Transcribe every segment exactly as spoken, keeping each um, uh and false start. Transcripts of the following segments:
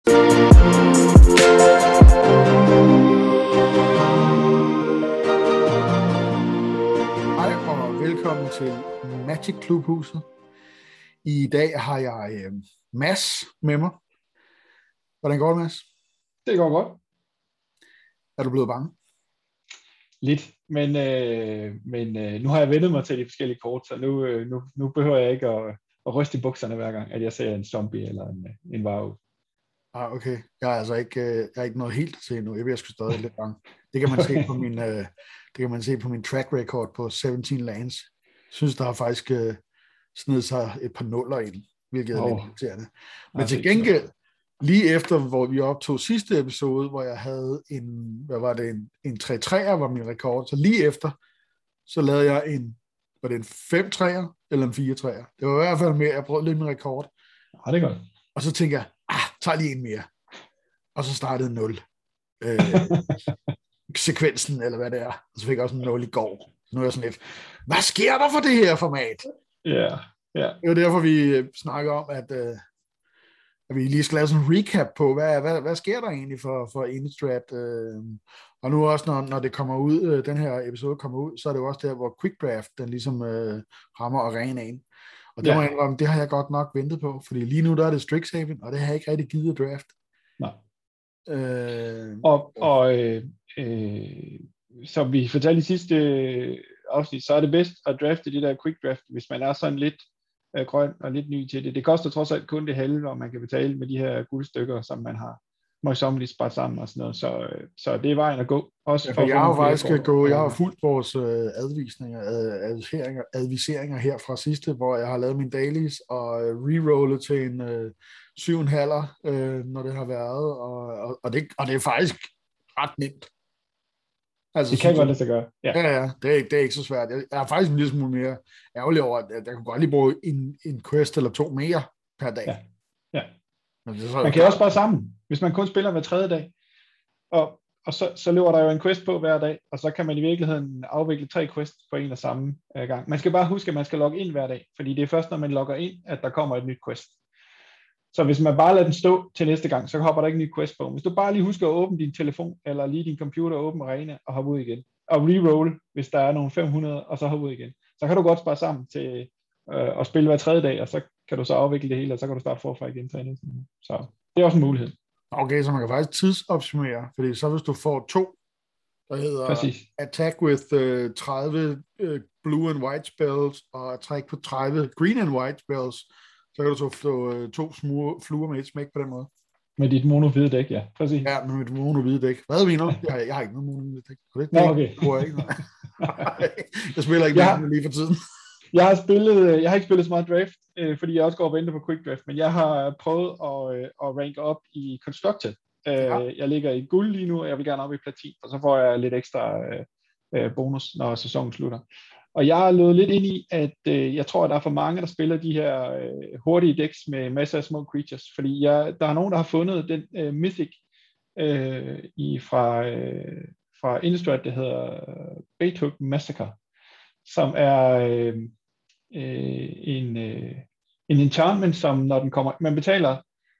Hej og velkommen til Magic Klubhuset. I dag har jeg øh, Mads med mig. Hvordan går det, Mads? Det går godt. Er du blevet bange? Lidt, men, øh, men øh, nu har jeg vendet mig til de forskellige kort, så nu, øh, nu, nu behøver jeg ikke at, at ryste i bukserne hver gang, at jeg ser en zombie eller en, en varulv. Ah, okay. Jeg er altså ikke, jeg er ikke noget helt til endnu. Jeg vil sgu stadig lidt bange. Det kan man se på min, øh, det kan man se på min track record på sytten lands. Jeg synes, der har faktisk øh, snedet sig et par nuller ind, hvilket er oh. lidt irriterende. Men til gengæld, lige efter, hvor vi optog sidste episode, hvor jeg havde en, hvad var det, en, en tre treer var min rekord, så lige efter, så lavede jeg en, var det en fem treer eller en fire treer? Det var i hvert fald mere, jeg prøvede lidt min rekord. Ja, det er godt. Og så tænker jeg, ah, tag lige en mere. Og så startede nul. Øh, sekvensen, eller hvad det er. Og så fik jeg også en nul i går. Så nu er jeg sådan lidt, hvad sker der for det her format? Ja, yeah, ja. Yeah. Det var derfor, vi snakker om, at, øh, at vi lige skal lave sådan en recap på, hvad, hvad, hvad sker der egentlig for, for Innistrad? Øh, og nu også, når, når det kommer ud, øh, den her episode kommer ud, så er det jo også der, hvor Quick Draft, den ligesom øh, rammer arenaen. Og det, ja. må jeg indrømme, det har jeg godt nok ventet på, fordi lige nu der er det Strixhaven, og det har jeg ikke rigtig givet at draft. Nej. Øh, og og øh, øh, som vi fortalte i sidste afsnit, så er det bedst at drafte det der quick draft, hvis man er sådan lidt øh, grøn og lidt ny til det. Det koster trods alt kun det halve, og man kan betale med de her guldstykker, som man har møjsommeligt sparet sammen og sådan noget. Så, så det er vejen at gå. Også ja, for jeg har faktisk gå, jeg har fulgt vores øh, advisninger, ad, adviseringer, adviseringer her fra sidste, hvor jeg har lavet mine dailies og øh, rerollet til en øh, syv komma fem, øh, når det har været, og, og, og, det, og det er faktisk ret nemt. Altså, det kan godt lade sig gøre. Ja, ja, ja det, er, det er ikke så svært. Jeg er faktisk en lille smule mere ærgerlig over, at jeg kunne godt lige bruge en, en quest eller to mere per dag. Ja, ja. Men det er så man kan også bare sammen, hvis man kun spiller hver tredje dag. Og, og så, så løber der jo en quest på hver dag, og så kan man i virkeligheden afvikle tre quests på en og samme uh, gang. Man skal bare huske, at man skal logge ind hver dag, fordi det er først, når man logger ind, at der kommer et nyt quest. Så hvis man bare lader den stå til næste gang, så hopper der ikke en ny quest på. Hvis du bare lige husker at åbne din telefon, eller lige din computer, åbne arena og hoppe ud igen. Og reroll, hvis der er nogle fem hundrede, og så hoppe ud igen. Så kan du godt spare sammen til øh, at spille hver tredje dag, og så kan du så afvikle det hele, og så kan du starte forfra igen. Så det er også en mulighed. Okay, så man kan faktisk tidsoptimere, fordi så hvis du får to, der hedder Præcis. Attack with uh, tredive uh, blue and white spells, og attack with tredive green and white spells, så kan du så få uh, to små fluer med et smæk på den måde. Med dit mono-hvide dæk, ja. Præcis. Ja, med mit mono-hvide dæk. Hvad mener du? Jeg har, jeg har ikke noget mono-hvide dæk. Det, Nå, okay. Jeg, ikke. jeg spiller ikke ja. med lige for tiden. Jeg har spillet, jeg har ikke spillet så meget draft, øh, fordi jeg også går og venter på quick draft, men jeg har prøvet at, øh, at ranke op i Constructed. Øh, ja. Jeg ligger i guld lige nu, og jeg vil gerne op i platin, og så får jeg lidt ekstra øh, bonus, når sæsonen slutter. Og jeg har løbet lidt ind i, at øh, jeg tror, at der er for mange, der spiller de her øh, hurtige decks med masser af små creatures, fordi jeg, der er nogen, der har fundet den øh, mythic øh, i, fra, øh, fra Innistrad, der hedder Bait-Hook Massacre, som er øh, øh, en, øh, en enchantment, som når den kommer, man betaler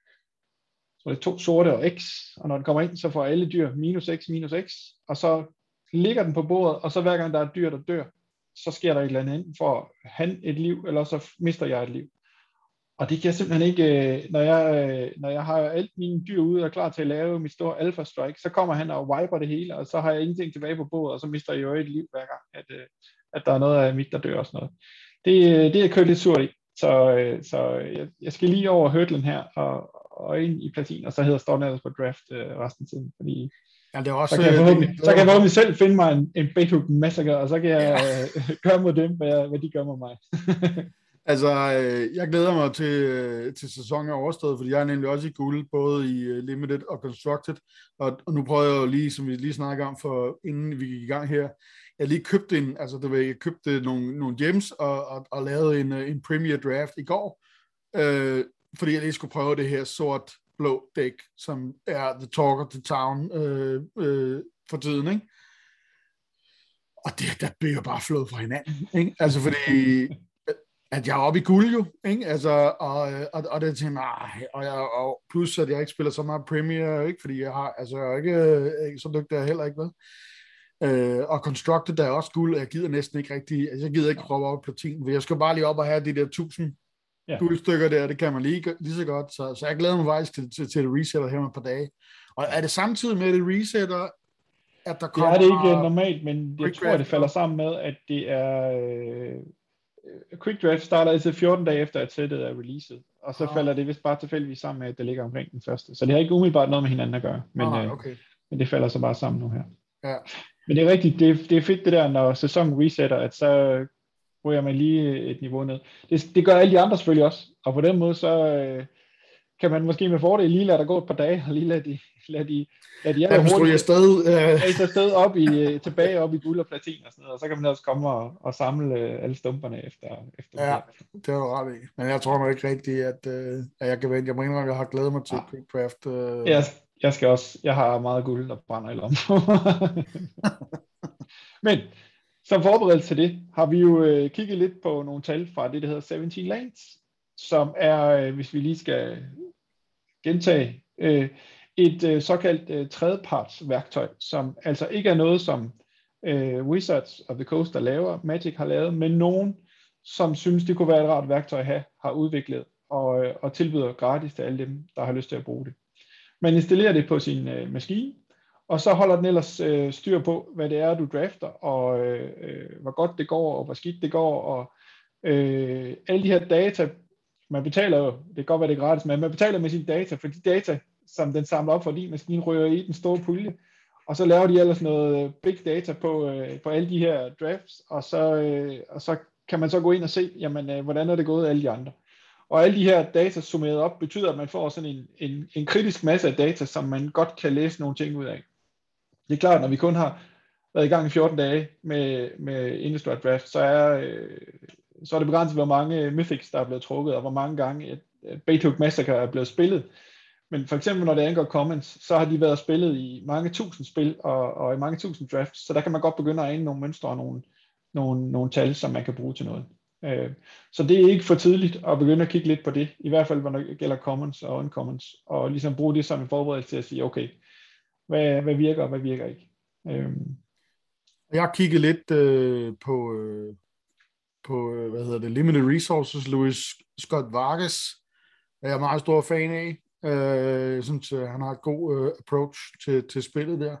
så det er to sorte og x, og når den kommer ind, så får alle dyr minus x, minus x, og så ligger den på bordet, og så hver gang der er et dyr, der dør, så sker der et eller andet, enten får han et liv, eller så mister jeg et liv. Og det kan jeg simpelthen ikke, når jeg, når jeg har alt mine dyr ude og er klar til at lave mit store alpha strike, så kommer han og wiper det hele, og så har jeg ingenting tilbage på bordet, og så mister jeg jo et liv hver gang, at, at der er noget af mit, der dør og sådan noget. Det, det er kørt lidt surt i, så, så jeg, jeg skal lige over hurdlen her, og, og ind i platin, og så hedder står nærmest på draft øh, resten af tiden, fordi ja, det er også, så kan jeg forhåbentlig, så kan jeg forhåbentlig selv finde mig en, en Bait-Hook Massacre, og så kan jeg ja. øh, gøre mod dem, hvad, jeg, hvad de gør mod mig. Altså, øh, jeg glæder mig til, øh, til sæsonen er overstået, fordi jeg er nemlig også i guld, både i uh, Limited og Constructed, og, og nu prøver jeg jo lige, som vi lige snakker om, for inden vi gik i gang her, jeg lige købte en, altså det var, jeg købte nogle, nogle gems, og, og, og lavede en, en Premier Draft i går, øh, fordi jeg lige skulle prøve det her sort blå dæk, som er The Talk of the Town øh, øh, for tiden, ikke? Og det, der bliver bare flået fra hinanden, ikke? Altså fordi at jeg er oppe i guld jo, ikke? Altså, og, og, og det tænker jeg, og, jeg, og plus at jeg ikke spiller så meget Premier, ikke? Fordi jeg har, altså jeg er ikke, ikke så dygtig jeg heller ikke, vel? Øh, og Constructed der er også guld, jeg gider næsten ikke rigtig, altså jeg gider ikke prøve op i platin, for jeg skal bare lige op og have de der tusind ja. guldstykker der, det kan man lige, lige så godt, så, så jeg glæder mig faktisk til, til, til det resetter her om et par dage. Og er det samtidig med, at det resetter, at der kommer... Det er det ikke normalt, men jeg tror, det falder sammen med, at det er... Øh, Quick Draft starter altid fjorten dage efter, at sættet er releaset, og så ah. falder det vist bare tilfældigvis sammen med, at det ligger omkring den første. Så det har ikke umiddelbart noget med hinanden at gøre, men, ah, okay. øh, men det falder så bare sammen nu her. Ja. Men det er rigtigt, det, det er fedt det der, når sæsonen resetter, at så ryger man lige et niveau ned. Det, det gør alle de andre selvfølgelig også, og på den måde så øh, kan man måske med fordel lige lade der gå et par dage, og lige lade de, lade de, lade de aller hurtigt afsted, øh. afsted op i, tilbage op i guld og platin og sådan noget, og så kan man også komme og, og samle alle stumperne efter. efter ja, det er jo ret i. Men jeg tror nok ikke rigtigt, at, øh, at jeg kan vente. Jeg må indrømme, at jeg har glædet mig til ja. Quick Draft. Øh. Jeg, jeg skal også, jeg har meget guld, der brænder i lommen. Men som forberedelse til det, har vi jo øh, kigget lidt på nogle tal fra det, der hedder sytten Lanes, som er, øh, hvis vi lige skal gentage, øh, et øh, såkaldt øh, tredjeparts værktøj, som altså ikke er noget, som øh, Wizards of the Coast, der laver, Magic har lavet, men nogen, som synes, det kunne være et rart værktøj at have, har udviklet og, øh, og tilbyder gratis til alle dem, der har lyst til at bruge det. Man installerer det på sin øh, maskine, og så holder den ellers øh, styr på, hvad det er, du drafter, og øh, øh, hvor godt det går, og hvor skidt det går, og øh, alle de her data, man betaler jo, det kan godt være det er gratis, men man betaler med sine data, for de data, som den samler op for din maskine, rører i den store pulje, og så laver de ellers noget big data på, øh, på alle de her drafts, og så, øh, og så kan man så gå ind og se, jamen, øh, hvordan er det gået af alle de andre. Og alle de her data summeret op, betyder, at man får sådan en, en, en kritisk masse af data, som man godt kan læse nogle ting ud af. Det er klart, når vi kun har været i gang i fjorten dage med, med Industry Draft, så er, øh, så er det begrænset, hvor mange Mythics, der er blevet trukket, og hvor mange gange et, et Bait-Hook Massacre er blevet spillet. Men for eksempel, når det angår Commons, så har de været spillet i mange tusind spil, og, og i mange tusind drafts, så der kan man godt begynde at ane nogle mønstre og nogle, nogle, nogle tal, som man kan bruge til noget. Så det er ikke for tidligt at begynde at kigge lidt på det, i hvert fald, når det gælder Commons og Uncommons, og ligesom bruge det som en forberedelse til at sige, okay, hvad, hvad virker og hvad virker ikke. Øhm. Jeg har kigget lidt øh, på, øh, på, hvad hedder det, Limited Resources, Louis Scott Vargas, er jeg meget stor fan af. Øh, jeg synes, han har et god øh, approach til, til spillet der.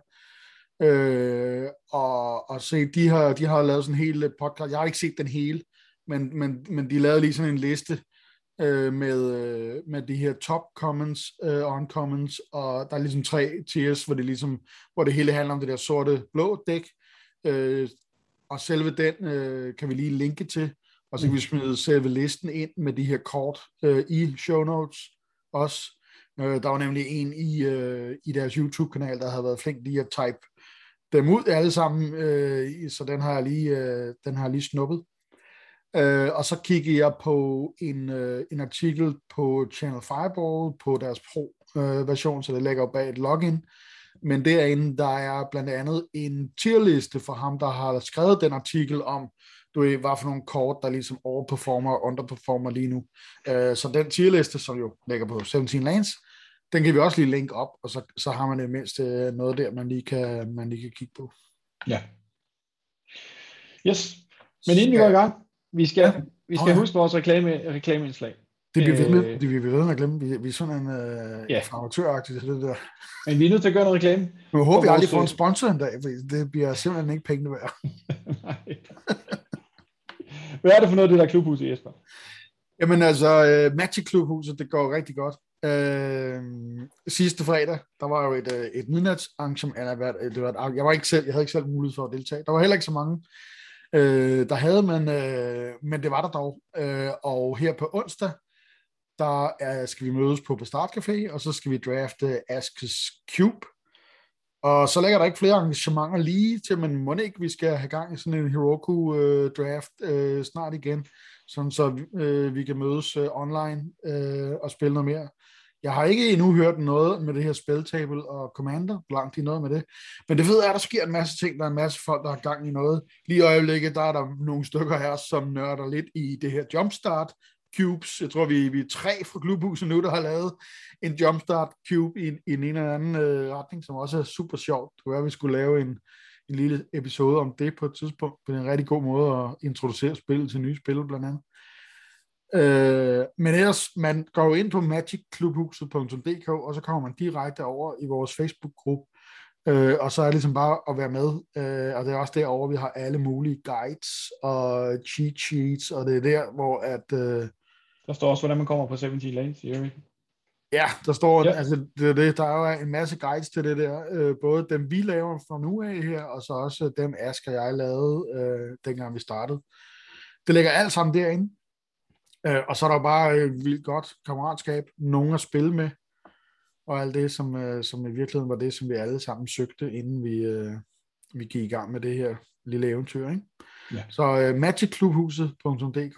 Øh, og, og se, de har, de har lavet sådan en hel podcast, jeg har ikke set den hele, men, men, men de lavede lige sådan en liste øh, med, øh, med de her top commons øh, og uncommons, og der er ligesom tre tiers, hvor det ligesom, hvor det hele handler om det der sorte blå dæk, øh, og selve den øh, kan vi lige linke til, og så kan vi smide selve listen ind med de her kort øh, i show notes også. Øh, der var nemlig en i, øh, i deres YouTube-kanal, der havde været flink lige at type dem ud alle sammen, øh, så den har jeg lige, øh, den har jeg lige snuppet. Uh, og så kiggede jeg på en, uh, en artikel på Channel Fireball på deres Pro-version, uh, så det ligger bag et login. Men derinde, der er blandt andet en tierliste for ham, der har skrevet den artikel om, du ved, hvad for nogle kort, der ligesom overperformer og underperformer lige nu. Uh, så den tierliste, som jo ligger på sytten Lanes, den kan vi også lige linke op, og så, så har man det mindst uh, noget der, man lige, kan, man lige kan kigge på. Ja. Yes. Men inden vi går i gang, Vi skal, ja. vi skal oh, ja. huske vores reklame, reklameindslag. Det bliver ved med, det bliver ved med at glemme. Vi, vi er sådan en uh, ja. amatøragtig til det der. Men vi er nødt til at gøre noget reklame. Vi håber, vi aldrig får en sponsor en dag, for det bliver simpelthen ikke pengene værd. Nej. Hvad er det for noget, det der klubhus, Jesper? Jamen altså, uh, Magic Klubhuset, det går rigtig godt. Uh, sidste fredag, der var jo et, uh, et midnatsarrangement. Det var et, jeg, var ikke selv, jeg havde ikke selv mulighed for at deltage. Der var heller ikke så mange. Øh, der havde man, øh, men det var der dog. Øh, og her på onsdag, der er, skal vi mødes på Bastard Café, og så skal vi drafte Askes Cube. Og så ligger der ikke flere arrangementer lige til, men må ikke, vi skal have gang i sådan en Heroku øh, draft øh, snart igen, sådan så øh, vi kan mødes øh, online øh, og spille noget mere. Jeg har ikke endnu hørt noget med det her spelltable og commander, langt i noget med det. Men det ved jeg, at der sker en masse ting. Der er en masse folk, der har gang i noget. Lige i øjeblikket, der er der nogle stykker her, som nørder lidt i det her Jumpstart Cubes. Jeg tror, vi, vi er tre fra Klubhuset nu, der har lavet en Jumpstart Cube i, i en eller anden øh, retning, som også er super sjovt. Det kunne være, at vi skulle lave en, en lille episode om det på et tidspunkt. Det er en rigtig god måde at introducere spillet til nye spil, blandt andet. Øh, men ellers, man går jo ind på magic klubhuset punktum d k, og så kommer man direkte over i vores Facebook-gruppe, øh, og så er det ligesom bare at være med, øh, og det er også derovre, vi har alle mulige guides og cheat sheets, og det er der, hvor at... Øh, der står også, hvordan man kommer på syvogtyve lanes, Jerry. Ja, der står, ja. altså, det er det, der er jo en masse guides til det der, øh, både dem vi laver fra nu af her, og så også dem Asger og jeg lavede, øh, dengang vi startede. Det ligger alt sammen derinde. Uh, og så er der jo bare et uh, vildt godt kammeratskab, nogen at spille med, og alt det, som, uh, som i virkeligheden var det, som vi alle sammen søgte, inden vi, uh, vi gik i gang med det her lille eventyr. Ikke? Ja. Så uh, magic klubhuset punktum d k.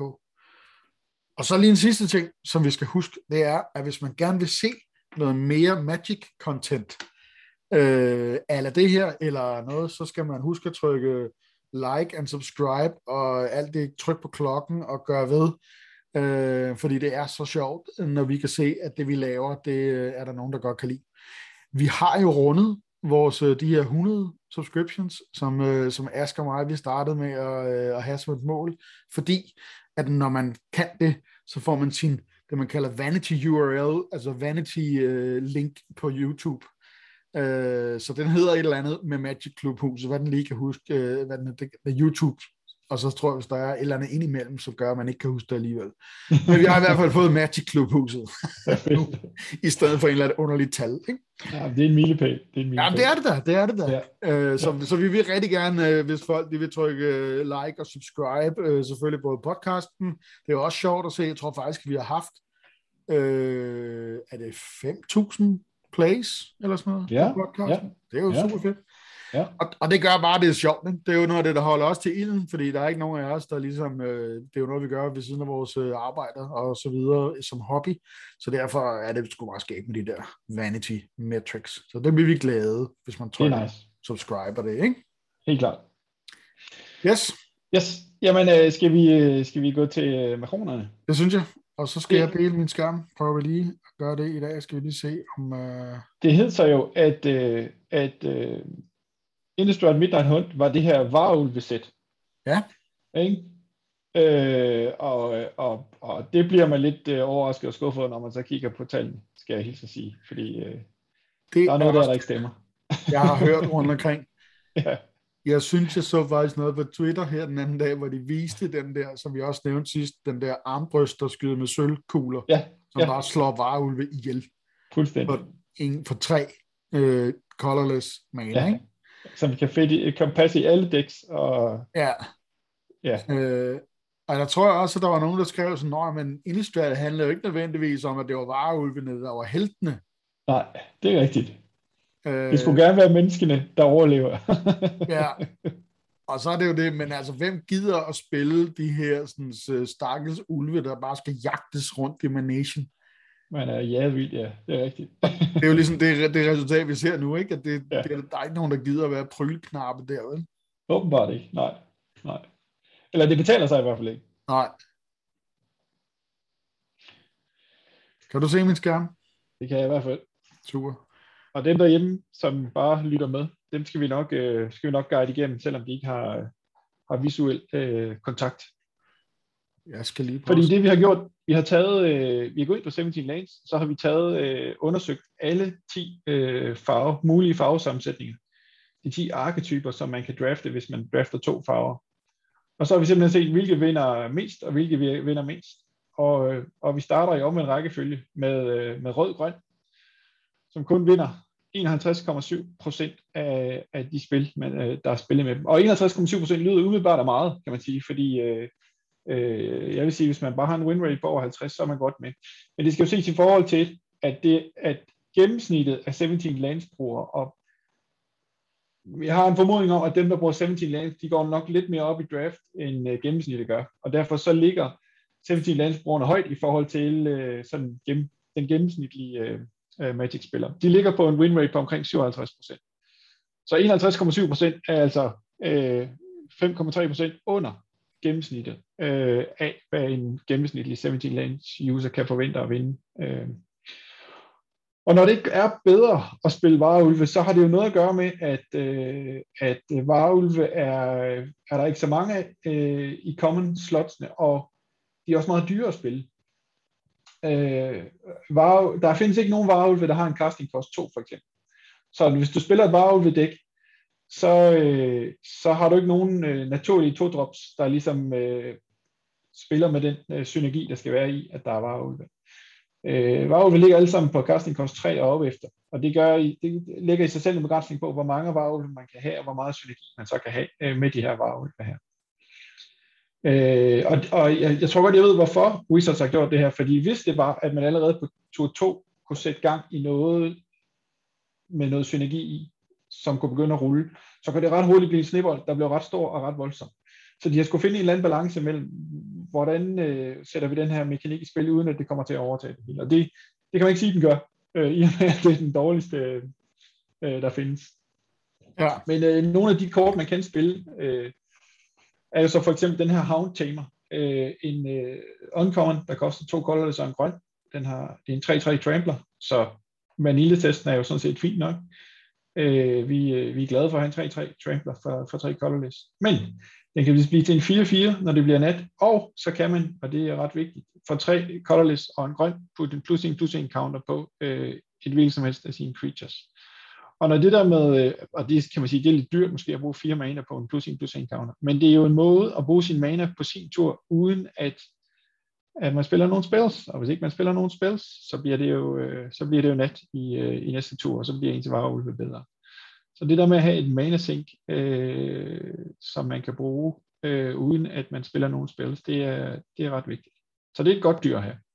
Og så lige en sidste ting, som vi skal huske, det er, at hvis man gerne vil se noget mere Magic-content, uh, eller det her, eller noget, så skal man huske at trykke like and subscribe, og alt det, tryk på klokken og gøre ved, Øh, fordi det er så sjovt, når vi kan se, at det vi laver, det er der nogen, der godt kan lide. Vi har jo rundet vores, de her hundrede subscriptions, som, som Asger og mig, vi startede med at, at have som et mål, fordi at når man kan det, så får man sin, det man kalder vanity U R L, altså vanity uh, link på YouTube. Uh, så den hedder et eller andet med Magic Klubhuset, hvad den lige kan huske, uh, hvad den er, det er YouTube. Og så tror jeg, hvis der er et eller andet indimellem, så gør, at man ikke kan huske det alligevel. Men vi har i hvert fald fået Magic Klubhuset. I stedet for en eller anden underligt tal. Ikke? Ja, det er en milepæl. Det er en milepæl. Ja, det er det da. Det er det da. Ja. Øh, så, ja. så vi vil rigtig gerne, hvis folk de vil trykke like og subscribe, selvfølgelig både podcasten. Det er jo også sjovt at se. Jeg tror faktisk, vi har haft, øh, er det fem tusind plays, eller sådan noget? Ja, ja. Det er jo ja. super fedt. Ja. Og, og det gør bare, det er sjovt. Ikke? Det er jo noget af det, der holder os til ilden, fordi der er ikke nogen af os, der ligesom, øh, det er jo noget, vi gør ved siden af vores øh, arbejder og så videre som hobby. Så derfor er det sgu meget skægt med de der vanity metrics. Så det bliver vi glade, hvis man trykker nice. Subscriber det, ikke? Helt klart. Yes. Yes. Jamen, øh, skal, vi, skal vi gå til øh, makronerne? Det synes jeg. Og så skal det... jeg dele min skærm. Prøver vi lige at gøre det i dag. Skal vi lige se om... Øh... Det hed så jo, at... Øh, at øh, Innistrad Midnight Hunt var det her varulvesæt. Ja. Ikke? Øh, og, og, og det bliver man lidt øh, overrasket og skuffet, når man så kigger på tallene, skal jeg hilse at sige. Fordi øh, der er noget er der, der ikke stemmer. Jeg har hørt rundt omkring. Ja. Jeg synes, jeg så faktisk noget på Twitter her den anden dag, hvor de viste den der, som vi også nævnte sidst, den der armbryst, der skyder med sølvkugler, ja. som ja. bare slår varulve ihjel. Fuldstændig. For, en, for tre øh, colorless mana, ja. Ikke? Som kan, fedt, kan passe i alle decks. Og... Ja. ja. Øh, og der tror jeg også, at der var nogen, der skrev sådan, at men Innistrad handlede jo ikke nødvendigvis om, at det var varulvene, der var heltene. Nej, det er rigtigt. Øh, det skulle gerne være menneskene, der overlever. Ja. Og så er det jo det, men altså, hvem gider at spille de her sådan, stakkels ulve, der bare skal jagtes rundt i Manation? Man er jævligt, ja, det er rigtigt. Det er jo ligesom det, det resultat, vi ser nu, ikke? At det, ja. det, der er ikke nogen, der gider at være prylknappe der, vel? Åbenbart ikke, nej. nej. Eller det betaler sig i hvert fald ikke. Nej. Kan du se min skærm? Det kan jeg i hvert fald. Super. Og dem derhjemme, som bare lytter med, dem skal vi nok, øh, skal vi nok guide igennem, selvom de ikke har, har visuel øh, kontakt. Jeg skal lige Fordi det vi har gjort, vi har taget, øh, vi har gået ind på syvogtyve lanes, så har vi taget, øh, undersøgt alle ti øh, farve, mulige farvesammensætninger. De ti arketyper, som man kan drafte, hvis man drafter to farver. Og så har vi simpelthen set, hvilke vinder mest, og hvilke vinder mindst. Og, øh, og vi starter i omvendt rækkefølge med, øh, med rød-grøn, som kun vinder enoghalvtreds komma syv procent af, af de spil, man, øh, der er spillet med dem. Og enoghalvtreds komma syv procent lyder umiddelbart af meget, kan man sige, fordi øh, øh, jeg vil sige, hvis man bare har en win rate på over halvtreds, så er man godt med. Men det skal jo ses i forhold til, at, det, at gennemsnittet af syvogtyve lanes brugere, og jeg har en formodning om, at dem, der bruger syvogtyve lanes, de går nok lidt mere op i draft, end uh, gennemsnittet gør. Og derfor så ligger syvogtyve lanes brugerne højt i forhold til uh, sådan gennem, den gennemsnitlige øh, øh, Magic-spiller. De ligger på en win rate på omkring syvoghalvtreds procent. Så enoghalvtreds komma syv procent er altså øh, fem komma tre procent under gennemsnittet øh, af, hvad en gennemsnitlig sytten lanes user kan forvente at vinde. Øh. Og når det ikke er bedre at spille Varulve, så har det jo noget at gøre med, at, øh, at Varulve er, er der ikke så mange øh, i common slotsene, og de er også meget dyre at spille. Øh, var, der findes ikke nogen Varulve, der har en casting cost to for eksempel. Så hvis du spiller et Varulve-dæk, så, øh, så har du ikke nogen øh, naturlige to-drops, der ligesom øh, spiller med den øh, synergi, der skal være i, at der er Varulve. Øh, Varulve ligger alle sammen på casting cost tre og op efter, og det, gør, det lægger i sig selv en begrænsning på, hvor mange Varulve man kan have, og hvor meget synergi man så kan have øh, med de her Varulve her. Øh, og og jeg, jeg tror godt, jeg ved, hvorfor Wizards har gjort det her, fordi hvis det var, at man allerede på tur to kunne sætte gang i noget med noget synergi i, som kunne begynde at rulle, så kunne det ret hurtigt blive en snebold, der blev ret stor og ret voldsom. Så de har skulle finde en eller anden balance mellem, hvordan øh, sætter vi den her mekanik i spil, uden at det kommer til at overtage det hele. Og det, det kan man ikke sige, den gør, øh, i og med, at det er den dårligste, øh, der findes. Ja. Men øh, nogle af de kort, man kan spille, øh, er jo så for eksempel den her Hound Tamer, øh, en øh, uncommon, der koster to colorless og en grøn. Den har, det er en tre tre trampler, så vanilletesten er jo sådan set fint nok. Øh, vi, øh, vi er glade for at have en tre tre trampler for, for tre colorless. Men den kan blive til en fire fire, når det bliver nat, og så kan man, og det er ret vigtigt, for tre colorless og en grøn, putte en plus en plus en counter på øh, et hvilket som helst af sine creatures. Og når det der med, øh, og det kan man sige, det er lidt dyrt måske at bruge fire mana på en plus en plus en counter, men det er jo en måde at bruge sin mana på sin tur, uden at, at man spiller nogle spells, og hvis ikke man spiller nogle spells, så bliver det jo, øh, så bliver det jo nat i, øh, i næste tur, og så bliver ens Varulve bedre. Så det der med at have et mana sink, øh, som man kan bruge, øh, uden at man spiller nogle spells, det er, det er ret vigtigt. Så det er et godt dyr her.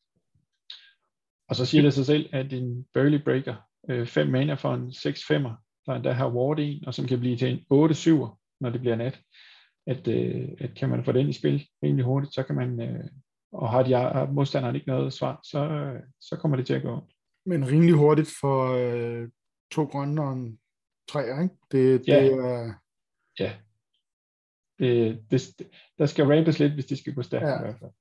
Og så siger det sig selv, at en Burly Breaker, fem øh, mana for en seks femmer, der endda har ward en, og som kan blive til en otte syver, når det bliver nat, at, øh, at kan man få den i spil rimelig hurtigt, så kan man, øh, og har, de, har modstanderen ikke noget svar, så, øh, så kommer det til at gå ondt. Men rimelig hurtigt for øh, to grønne og en træer, ikke? Det, det ja. er... Ja. Det, det, der skal rampes lidt, hvis det skal gå stærkt ja. I hvert fald.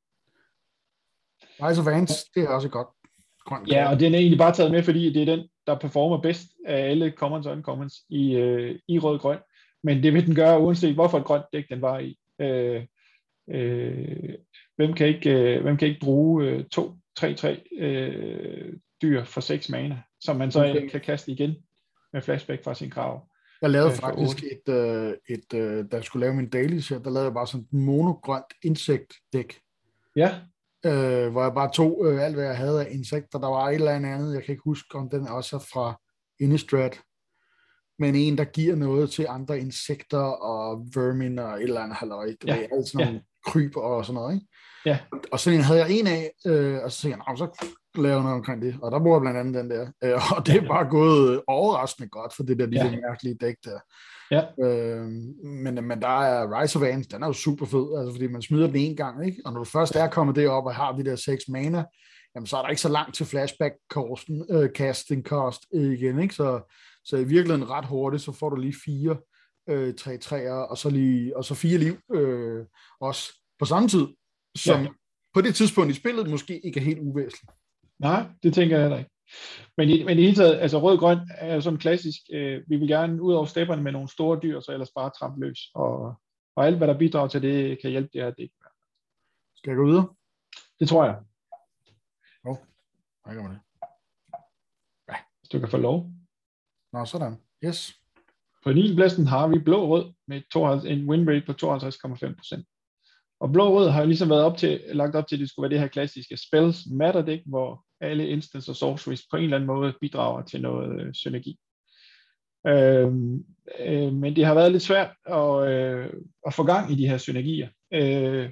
Rise of Ants, det er også godt. Grønt. Ja, og den er egentlig bare taget med, fordi det er den, der performer bedst af alle commons og uncommons i, øh, i rød-grøn. Men det vil den gøre, uanset hvorfor et grønt dæk den var i. Øh, øh, hvem, kan ikke, øh, hvem kan ikke bruge øh, to, tre, tre øh, dyr for seks mana, som man så okay. kan kaste igen med flashback fra sin krav. Jeg lavede øh, faktisk et, øh, et øh, da jeg skulle lave min dailies her, der lavede jeg bare sådan et monogrønt insektdæk. Ja. Øh, hvor jeg bare tog øh, alt, hvad jeg havde af insekter. Der var et eller andet, jeg kan ikke huske, om den også er fra Innistrad. Men en, der giver noget til andre insekter og vermin og et eller andet halløj. Det ja. var alt sådan nogle ja. kryb og sådan noget, ikke? Ja. Og sådan en havde jeg en af, øh, og så tænkte jeg, så laver jeg noget omkring det. Og der bruger jeg blandt andet den der. Øh, og det er ja. bare gået overraskende godt for det der lille ja. mærkelige dæk der. Ja. Øh, men, men der er Rise of Ants, den er jo super fed, altså fordi man smider den en gang, ikke? Og når du først er kommet derop og har de der seks mana, jamen så er der ikke så langt til flashback-kosten, øh, casting cost øh, igen, ikke? Så, så i virkeligheden ret hurtigt, så får du lige fire øh, tre træer, og så lige og så fire liv øh, også på samme tid, som ja. på det tidspunkt i spillet måske ikke er helt uvæsentligt. Nej, det tænker jeg heller ikke. Men i, men i hele taget, altså rød-grøn er jo sådan klassisk, øh, vi vil gerne ud over stepperne med nogle store dyr, så ellers bare trampe løs, og, og alt hvad der bidrager til det, kan hjælpe det her dæk. Skal jeg gå videre? Det tror jeg. Jo, oh, jeg gør det. Ja. Hvis du kan få lov. Nå, sådan. Yes. På niende pladsen har vi blå-rød med tooghalvtreds, en win rate på tooghalvtreds komma fem procent. Og blå-rød har ligesom været op til, lagt op til, at det skulle være det her klassiske spells matter deck, hvor alle instants og sorceries på en eller anden måde bidrager til noget øh, synergi. Øh, øh, men det har været lidt svært at, øh, at få gang i de her synergier. Øh,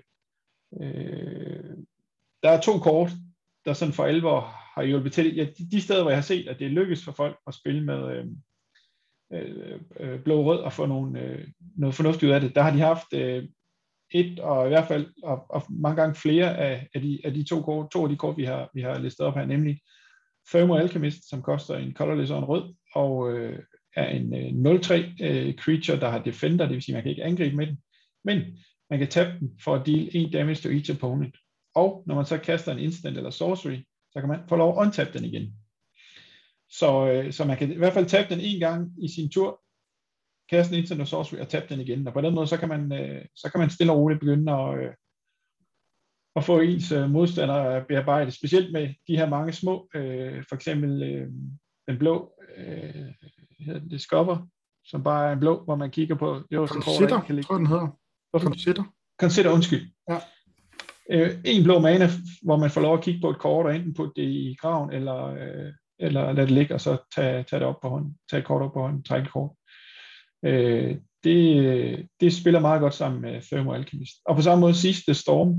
øh, der er to kort, der sådan for alvor har hjulpet til. Ja, de, de steder, hvor jeg har set, at det lykkes for folk at spille med øh, øh, blå-rød og få nogle, øh, noget fornuftigt ud af det, der har de haft øh, et, og i hvert fald og, og mange gange flere af, af, de, af de to, kort, to af de kort, vi har, vi har listet op her, nemlig Thermo Alchemist, som koster en colorless og en rød, og øh, er en øh, nul tre øh, creature, der har defender, det vil sige, man kan ikke angribe med den, men man kan tabe den for at deal en damage to each opponent. Og når man så kaster en instant eller sorcery, så kan man få lov at untappe den igen. Så, øh, så man kan i hvert fald tabe den en gang i sin tur, kaste en instant eller sorcery og tabe den igen. Og på den måde, så kan man, øh, så kan man stille og roligt begynde at, øh, at få ens øh, modstandere bearbejdet, specielt med de her mange små, øh, for eksempel øh, den blå, øh, hedder det Discover, som bare er en blå, hvor man kigger på øverste kort. Consider, kan tror den hedder. Hvorfor? Consider. Consider, undskyld. Ja. Øh, en blå mana, hvor man får lov at kigge på et kort, og enten putte det i graven, eller, øh, eller lade det ligge, og så tage, tage det op på hånden, tage et kort op på hånden, trække et kort. Øh, det, det spiller meget godt sammen med Thermo Alchemist. Og på samme måde sidste Storm.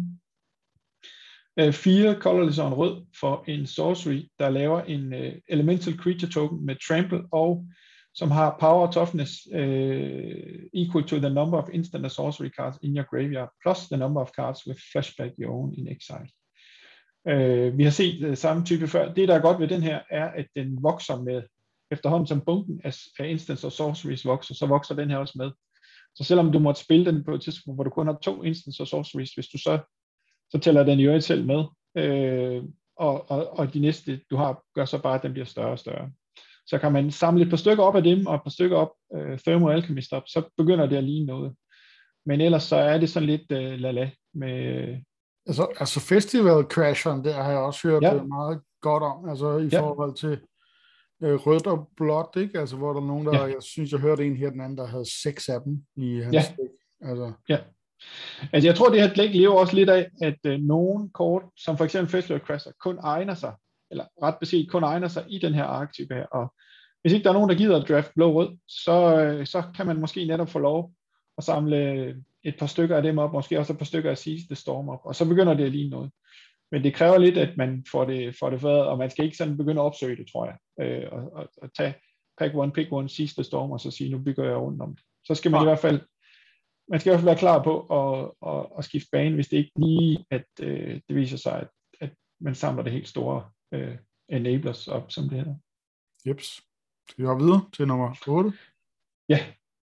Øh, fire colorless og en rød for en sorcery, der laver en uh, elemental creature token med trample, og som har power og toughness uh, equal to the number of instant and sorcery cards in your graveyard, plus the number of cards with flashback you own in exile. Uh, vi har set uh, samme type før. Det, der er godt ved den her, er, at den vokser med, efterhånden som bunken af, af instants og sorceries vokser, så vokser den her også med. Så selvom du måtte spille den på et tidspunkt, hvor du kun har to instants og sorceries, hvis du så så tæller den jo selv med, øh, og, og, og de næste, du har, gør så bare, at den bliver større og større. Så kan man samle et par stykker op af dem, og et par stykker op, øh, Thermo Alchemist op, så begynder det at ligne noget. Men ellers så er det sådan lidt øh, lala med... Altså, altså Festival Crasheren, der har jeg også hørt ja. meget godt om, altså i ja. forhold til øh, rødt og blåt, ikke? Altså hvor der er nogen, der, ja. jeg synes, jeg hørte en her, den anden, der havde seks af dem i hans ja. stik. Altså... Ja. Altså jeg tror, det her dæk lever også lidt af, at øh, nogle kort, som for eksempel Festival Crasher, kun egner sig, eller ret beset kun egner sig i den her arketype her. Og hvis ikke der er nogen, der gider at draft blå-rød, så, øh, så kan man måske netop få lov at samle et par stykker af dem op, måske også et par stykker af Seize the Storm op, og så begynder det at ligne noget. Men det kræver lidt, at man får det, får det foræret, og man skal ikke sådan begynde at opsøge det, tror jeg. Øh, og, og, og tage pack one, pick one, Seize the Storm, og så sige, nu bygger jeg rundt om det. Så skal man ja. i hvert fald Man skal i hvert fald være klar på at, at, at skifte bane, hvis det ikke lige, at øh, det viser sig, at, at man samler det helt store øh, enablers op, som det hedder. Jeps. Skal vi gå videre til nummer otte? Ja.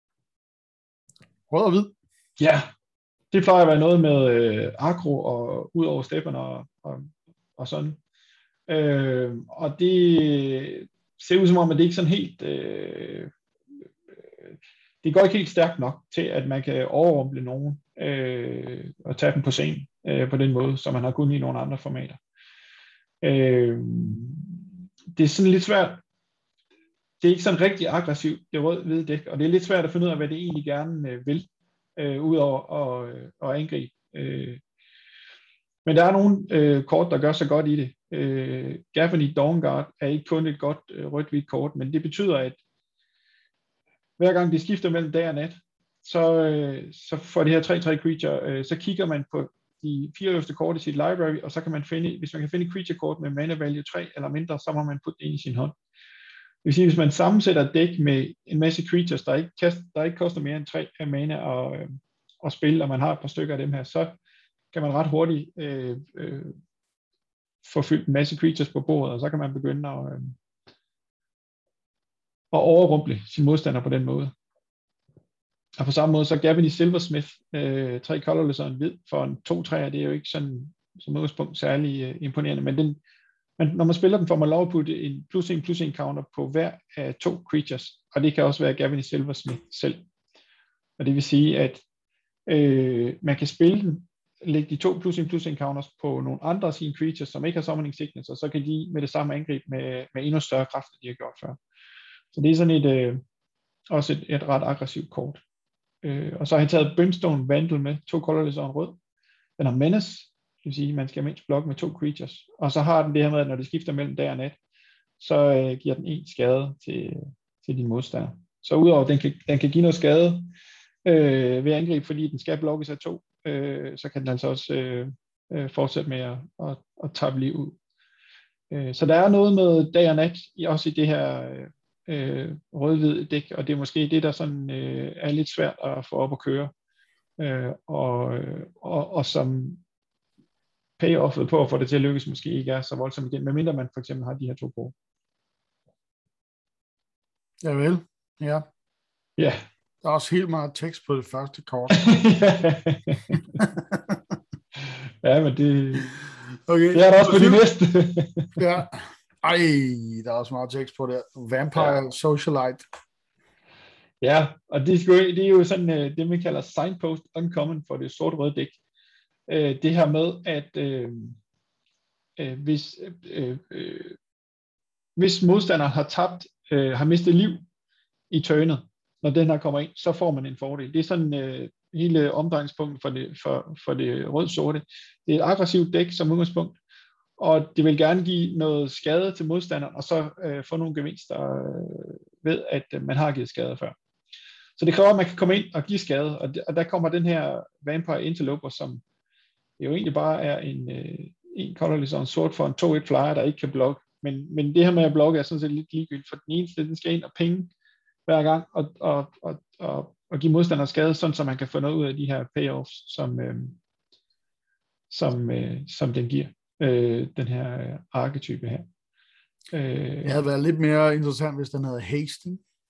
Rød og hvid? Ja. Det plejer at være noget med øh, agro og ud over stepperne og, og, og sådan. Øh, og det ser ud som om, at det ikke sådan helt... Øh, Det går ikke helt stærkt nok til, at man kan overrumple nogen øh, og tage dem på scenen øh, på den måde, som man har kunnet i nogle andre formater. Øh, det er sådan lidt svært. Det er ikke sådan rigtig aggressivt, det rød-hvide dæk, og det er lidt svært at finde ud af, hvad det egentlig gerne øh, vil, øh, udover at, øh, at angribe. Øh. Men der er nogle øh, kort, der gør sig godt i det. Øh, Gavony Dawnguard er ikke kun et godt øh, rødt-hvidt kort, men det betyder, at hver gang de skifter mellem dag og nat, så, øh, så får det her tre tre creature, øh, så kigger man på de fire øverste kort i sit library, og så kan man finde, hvis man kan finde et creature kort med mana value tre eller mindre, så må man putte det ind i sin hånd. Det vil sige, hvis man sammensætter et dæk med en masse creatures, der ikke, kast, der ikke koster mere end tre af mana og, øh, og spille, og man har et par stykker af dem her, så kan man ret hurtigt øh, øh, få fyldt en masse creatures på bordet, og så kan man begynde at øh, og overrumple sin modstander på den måde. Og på samme måde, så Gavony Silversmith, øh, tre colorless og en hvid, for en to tre, det er jo ikke sådan, som udgangspunkt særlig øh, imponerende, men den, man, når man spiller den, får man lov at putte en plus en plus en counter på hver af to creatures, og det kan også være Gavony Silversmith selv. Og det vil sige, at øh, man kan spille den, lægge de to plus en plus en counters på nogle andre af sine creatures, som ikke har summoning sickness, og så kan de med det samme angribe med, med endnu større kraft, end de har gjort før. Så det er sådan et, øh, også et, et ret aggressivt kort. Øh, og så har han taget Brimstone Vandal med, to colorless og en rød. Den har menace, det vil sige, at man skal mindst blokke med to creatures. Og så har den det her med, at når det skifter mellem dag og nat, så øh, giver den en skade til, til din modstander. Så udover at den kan, den kan give noget skade øh, ved at angribe, fordi den skal blokkes af to, øh, så kan den altså også øh, øh, fortsætte med at, at, at tabe liv ud. Øh, så der er noget med dag og nat, også i det her øh, øh, rød-hvid dæk, og det er måske det, der sådan, øh, er lidt svært at få op at køre. øh, og, øh, og, og som payoffet på at få det til at lykkes måske ikke er så voldsomt igen, medmindre man for eksempel har de her to kort. Ja vel, ja. Ja. Der er også helt meget tekst på det første kort. Ja, men det, okay. det er der også på de næste. Ja. Ej, der er også meget tekst på det. Vampire ja. Socialite. Ja, og det er, sgu, det er jo sådan uh, det, man kalder signpost uncommon for det sort-røde dæk. Uh, det her med, at uh, uh, hvis, uh, uh, hvis modstanderen har tabt, uh, har mistet liv i turnet, når den her kommer ind, så får man en fordel. Det er sådan uh, hele omdrejningspunktet for det, for, for det rød-sorte. Det er et aggressivt dæk som udgangspunkt, og det vil gerne give noget skade til modstanderen, og så uh, få nogle gevinster uh, ved, at uh, man har givet skade før. Så det kræver, at man kan komme ind og give skade, og, og der kommer den her Vampire Interloper, som jo egentlig bare er en, øh, en colorless og en sort for en to et flyer, der ikke kan blokke. Men, men det her med at blokke er sådan set lidt ligegyldigt, for den eneste, den skal ind og pinge hver gang, og, og, og, og, og give modstander skade, sådan så man kan få noget ud af de her payoffs, som, øh, som, øh, som den giver, øh, den her øh, arketype her. Øh, det havde været lidt mere interessant, hvis den havde haste.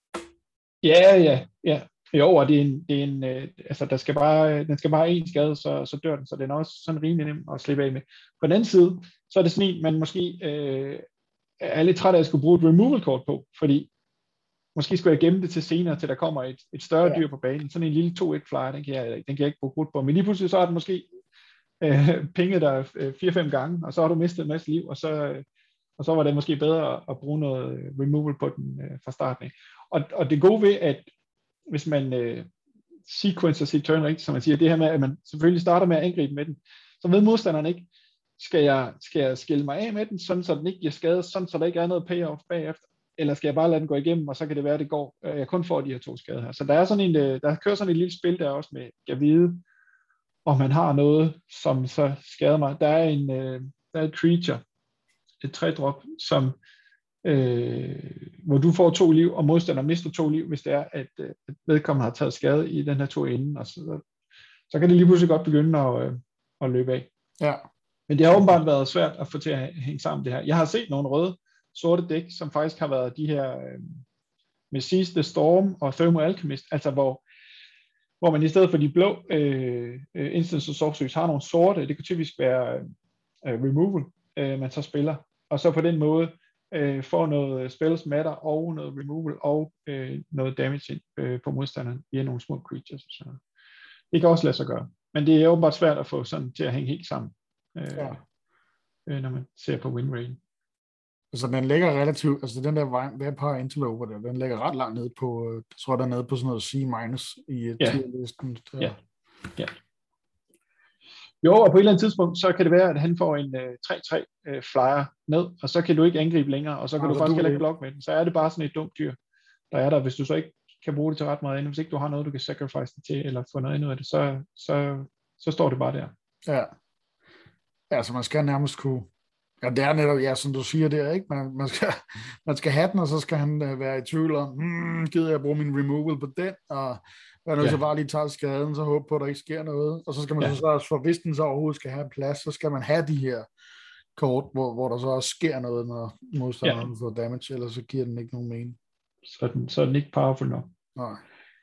Ja, ja, ja. Jo, og det er en, det er en øh, altså der skal bare, den skal bare have en skade, så, så dør den, så den er også sådan rimelig nem at slippe af med. På den anden side, så er det sådan en, man måske øh, er lidt træt af at skulle bruge et removal-kort på, fordi måske skulle jeg gemme det til senere, til der kommer et, et større ja. dyr på banen. Sådan en lille to et flyer, den kan jeg, den kan jeg ikke bruge krudt på, men lige pludselig så er den måske øh, pinget der øh, fire fem gange, og så har du mistet en masse liv, og så, øh, og så var det måske bedre at bruge noget removal på den øh, fra starten af. Og, og det gode ved, at hvis man øh, sequencer sit turn rigtigt, som man siger, det her med, at man selvfølgelig starter med at angribe med den, så ved modstanderen ikke, skal jeg, skal jeg skille mig af med den, sådan så den ikke giver skade, sådan så der ikke er noget payoff bagefter, eller skal jeg bare lade den gå igennem, og så kan det være, at det går, øh, jeg kun får de her to skader her. Så der er sådan en, øh, der kører sådan et lille spil der også med, at vide, om man har noget, som så skader mig. Der er en, øh, der er et creature, et tre-drop, som Øh, hvor du får to liv, og modstanderen mister to liv, hvis det er, at, at vedkommende har taget skade i den her to ende, og så, så kan det lige pludselig godt begynde at, øh, at løbe af. Ja. Men det har åbenbart været svært at få til at hænge sammen det her. Jeg har set nogle røde, sorte dæk, som faktisk har været de her øh, med Seize the Storm og Thermal Alchemist, altså hvor, hvor man i stedet for de blå øh, Instance of Sorceries har nogle sorte, det kan typisk være øh, removal, øh, man så spiller, og så på den måde Øh, får noget spells matter og noget removal og øh, noget damage ind, øh, på modstanderen via nogle små creatures. Så det kan også lade sig gøre. Men det er åbenbart svært at få sådan til at hænge helt sammen, øh, ja. øh, når man ser på win rate. Altså den ligger relativt, altså den der Vampire Interloper der, den ligger ret langt nede på, jeg tror der er nede på sådan noget C minus i ja. tier-listen. Ja, ja. Jo, og på et eller andet tidspunkt, så kan det være, at han får en uh, tre tre uh, flyer ned, og så kan du ikke angribe længere, og så kan ja, du faktisk heller ikke blokke med den. Så er det bare sådan et dumt dyr, der er der. Hvis du så ikke kan bruge det til ret meget andet, hvis ikke du har noget, du kan sacrifice det til, eller få noget andet af det, så, så, så står det bare der. Ja. Ja, så man skal nærmest kunne... Ja, det er netop, ja, som du siger der, ikke? Man, man, skal, man skal have den, og så skal han uh, være i tvivl om, hmm, gider jeg bruge min removal på den, og hvad nu, ja. så bare lige tager skaden, så håber på, at der ikke sker noget, og så skal man ja. så også, for hvis den så overhovedet skal have plads, så skal man have de her kort, hvor, hvor der så også sker noget, når modstanderen ja. får damage, eller så giver den ikke nogen mening. Så er den, så er den ikke powerful nok. Nej.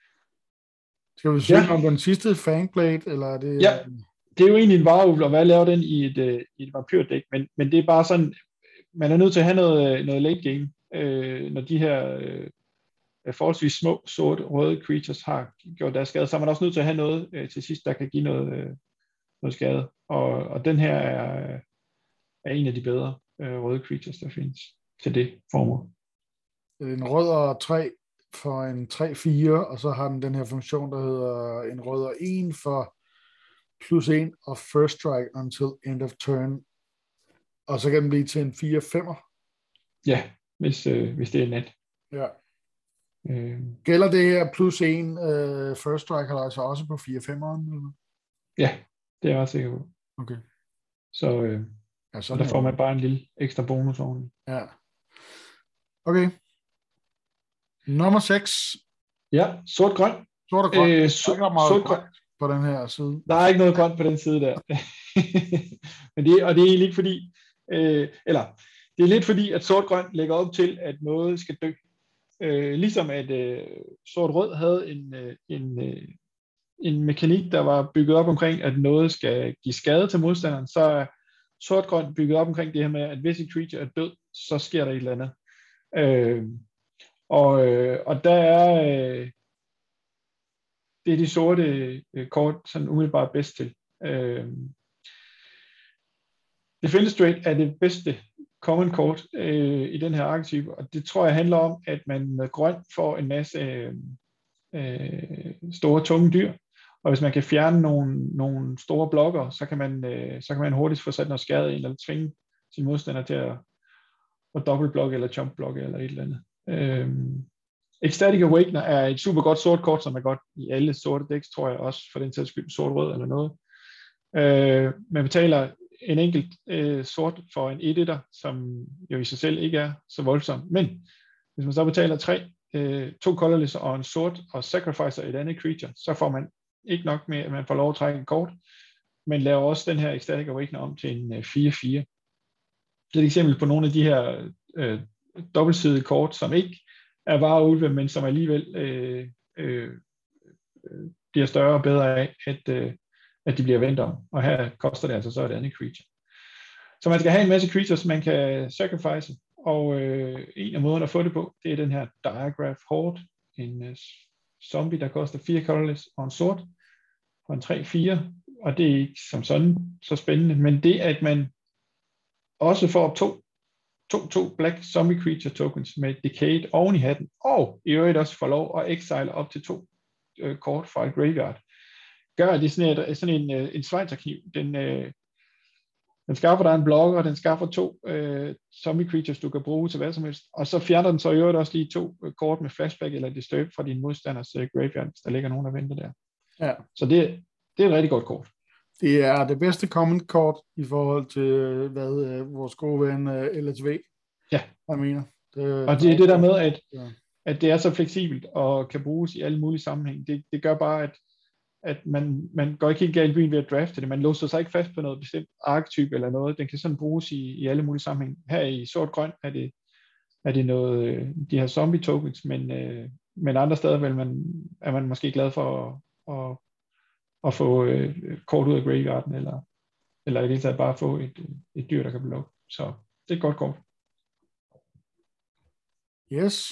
Skal vi søge ja. om den sidste Fangblade, eller er det... Ja. Det er jo egentlig en varulv, og hvad laver den i et, uh, i et vampyrdæk, men, men det er bare sådan, man er nødt til at have noget, noget late game, øh, når de her øh, forholdsvis små, sorte, røde creatures har gjort deres skade, så er man også nødt til at have noget øh, til sidst, der kan give noget, øh, noget skade, og, og den her er, er en af de bedre øh, røde creatures, der findes til det formål. En rød og tre for en tre fire, og så har den den her funktion, der hedder en rød og en for plus en og first strike until end of turn. Og så kan den blive til en fire femmer. Ja, hvis, øh, hvis det er net. Ja. Øh. Gælder det her plus en øh, first strike, eller altså også på fire femmeren? Ja, det er jeg også sikker på. Okay. Så, øh, ja, så der får man bare en lille ekstra bonus oveni. Ja. Okay. Nummer seks. Ja, sort-grøn. Sort og grøn. Øh, so- sort-grøn. på den her side? Der er ikke noget grønt på den side der. Men det, og det er egentlig ikke fordi, øh, eller det er lidt fordi, at sort-grøn lægger op til, at noget skal dø. Øh, ligesom at øh, sort-rød havde en, øh, en, øh, en mekanik, der var bygget op omkring, at noget skal give skade til modstanderen, så er sort-grøn bygget op omkring det her med, at hvis et creature er død, så sker der et eller andet. Øh, og, øh, og der er øh, det er de sorte øh, kort sådan umiddelbart bedst til. Øh, Defenestrate er det bedste common kort øh, i den her arketype, og det tror jeg handler om, at man med grøn får en masse øh, øh, store, tunge dyr, og hvis man kan fjerne nogle, nogle store blokker, så kan, man, øh, så kan man hurtigt få sat noget skade ind, eller tvinge sin modstander til at, at dobbeltblokke, eller jumpblokke, eller et eller andet. Øh, Ecstatic Awakener er et super godt sort kort, som er godt i alle sorte decks, tror jeg også, for den sags skyld sort-rød eller noget. Øh, man betaler en enkelt øh, sort for en et-etter, som jo i sig selv ikke er så voldsom. Men hvis man så betaler tre, øh, to colorless og en sort, og sacrificer et andet creature, så får man ikke nok med, at man får lov at trække en kort, men laver også den her Ecstatic Awakener om til en øh, fire fire. Det er et eksempel på nogle af de her øh, dobbeltsidede kort, som ikke er vareulve, men som alligevel øh, øh, øh, bliver større og bedre af, at, øh, at de bliver vendt om. Og her koster det altså så et andet creature. Så man skal have en masse creatures, man kan sacrifice, og øh, en af måderne at få det på, det er den her Diagraph Horde, en øh, zombie, der koster fire colorless og en sort, og en tre fire, og det er ikke som sådan så spændende, men det at man også får to to, to Black Zombie Creature tokens med Decade oven i hatten, og i øvrigt også får lov at exile op til to øh, kort fra et graveyard, gør det sådan, et, sådan en, en svejserkniv. Den, øh, den skaffer dig en blokker, den skaffer to øh, zombie creatures, du kan bruge til hvad som helst, og så fjerner den så i øvrigt også lige to øh, kort med flashback eller disturb fra din modstanders øh, graveyard, hvis der ligger nogen, der venter der. Ja. Så det, det er et rigtig godt kort. Det er det bedste common kort i forhold til, hvad øh, vores gode ven øh, L S V, ja. jeg mener. Det, og det er det der med, at, ja. at det er så fleksibelt og kan bruges i alle mulige sammenhæng. Det, det gør bare, at, at man, man går ikke helt galt i byen ved at drafte det. Man låser sig ikke fast på noget bestemt arketype eller noget. Den kan sådan bruges i, i alle mulige sammenhæng. Her i sort-grøn er det, er det noget, de her zombie tokens, men, øh, men andre steder vil man, er man måske glad for at, at, at få øh, kort ud af graveyarden, eller, eller i det hele taget bare få et, et dyr, der kan blive lukket. Så det er et godt kort. Yes.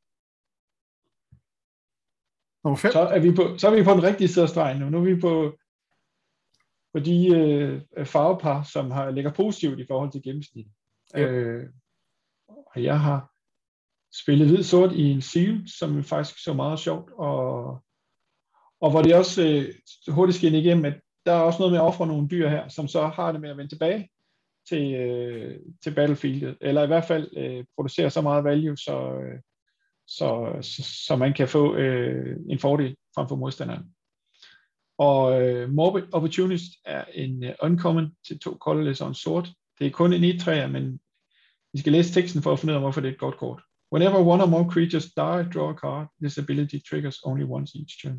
Nummer fem. Så er vi på, så er vi på den rigtige side af stregen nu. Nu er vi på, på de øh, farvepar, som har, ligger positivt i forhold til gennemsnit. Yep. Øh, og jeg har spillet hvid-sort i en seal, som faktisk så meget sjovt, og, og hvor det også øh, hurtigt skinner igennem, at der er også noget med at ofre nogle dyr her, som så har det med at vende tilbage til, øh, til battlefieldet, eller i hvert fald øh, producere så meget value, så, øh, så, så, så man kan få øh, en fordel frem for modstanderen. Og øh, Morbid Opportunist er en uh, uncommon til to colorless og en sort. Det er kun en et træer, men vi skal læse teksten for at finde ud af, hvorfor det er et godt kort. Whenever one or more creatures die, draw a card. This ability triggers only once each turn.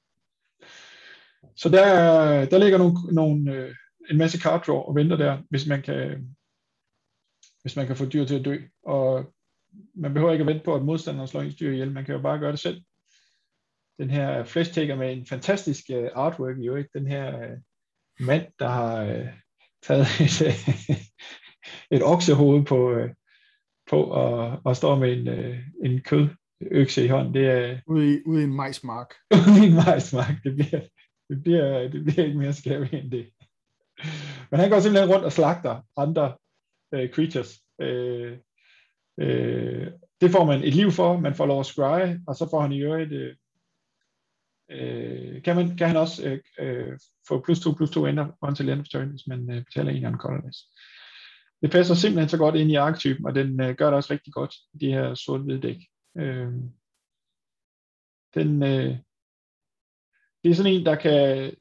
Så der, der ligger nogle, nogle, øh, en masse card draw og venter der, hvis man kan hvis man kan få dyr til at dø. Og man behøver ikke at vente på, at modstanderen slår ens dyr ihjel. Man kan jo bare gøre det selv. Den her flash taker med en fantastisk uh, artwork i øvrigt. Den her uh, mand, der har uh, taget et, uh, et oksehoved på, uh, på og, og står med en, uh, en kødøkse i hånden. Det er ude i, ude i en majsmark. Ude i en majsmark. Det bliver, det, bliver, det bliver ikke mere scary end det. Men han går simpelthen rundt og slagter andre uh, creatures. Uh, uh, det får man et liv for. Man får lov at scry, og så får han i øvrigt uh, Øh, kan, man, kan han også øh, øh, få plus to plus to ender until end of turn, hvis man øh, betaler en anden colorless. Det passer simpelthen så godt ind i arketypen, og den øh, gør det også rigtig godt i de her sort-hvide dæk. Øh, den, øh, det er sådan en, der kan,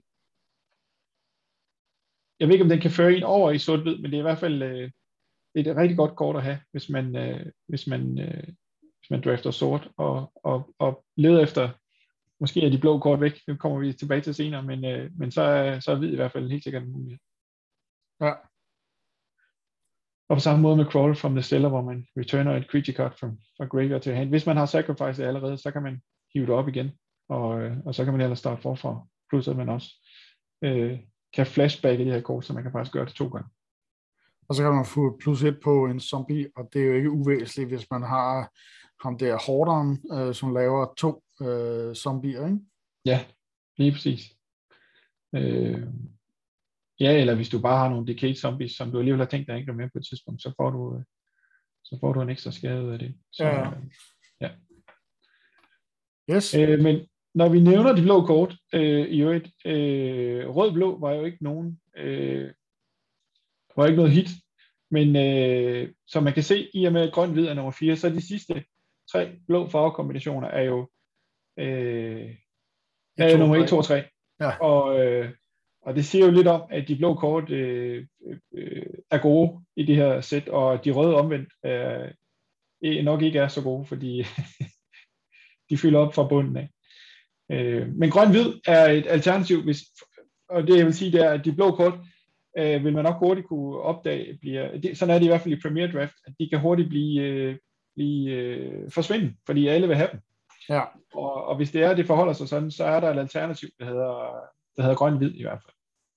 jeg ved ikke om den kan føre en over i sort-hvid, men det er i hvert fald øh, det er et rigtig godt kort at have, hvis man, øh, hvis man, øh, hvis man drafter sort og, og, og leder efter måske er de blå kort væk, det kommer vi tilbage til senere, men, øh, men så, er, så er hvid i hvert fald helt sikkert en mulighed. Ja. Og på samme måde med Crawl from the Cellar, hvor man returner et creature card fra, fra graveyard til hand. Hvis man har sacrificed det allerede, så kan man hive det op igen, og, øh, og så kan man ellers starte forfra. Plus at man også øh, kan flashbacke det her kort, så man kan faktisk gøre det to gange. Og så kan man få plus et på en zombie, og det er jo ikke uvæsentligt, hvis man har ham der Horderen, øh, som laver to øh, zombier, ikke? Ja, lige præcis. Øh, ja, eller hvis du bare har nogle decayed zombies, som du alligevel har tænkt dig ikke med på et tidspunkt, så får du, så får du en ekstra skade ud af det. Så, ja. Øh, ja. Yes. Øh, men når vi nævner de blå kort, øh, i øvrigt, øh, rød-blå var jo ikke nogen, øh, var ikke noget hit, men øh, som man kan se, i og med grøn-hvid er nummer fire, så de sidste tre blå farvekombinationer er jo øh, er jo nummer et, to og tre. Ja. Og, øh, og det siger jo lidt om, at de blå kort øh, øh, er gode i det her sæt, og de røde omvendt øh, nok ikke er så gode, fordi de fylder op fra bunden af. Øh, men grøn-hvid er et alternativ, hvis, og det jeg vil sige, det er, at de blå kort øh, vil man nok hurtigt kunne opdage, bliver, det, sådan er det i hvert fald i Premier Draft, at de kan hurtigt blive, øh, blive øh, forsvinde, fordi alle vil have dem. Ja. Og, og hvis det er, det forholder sig sådan, så er der et alternativ, der hedder, der hedder grøn-hvid i hvert fald.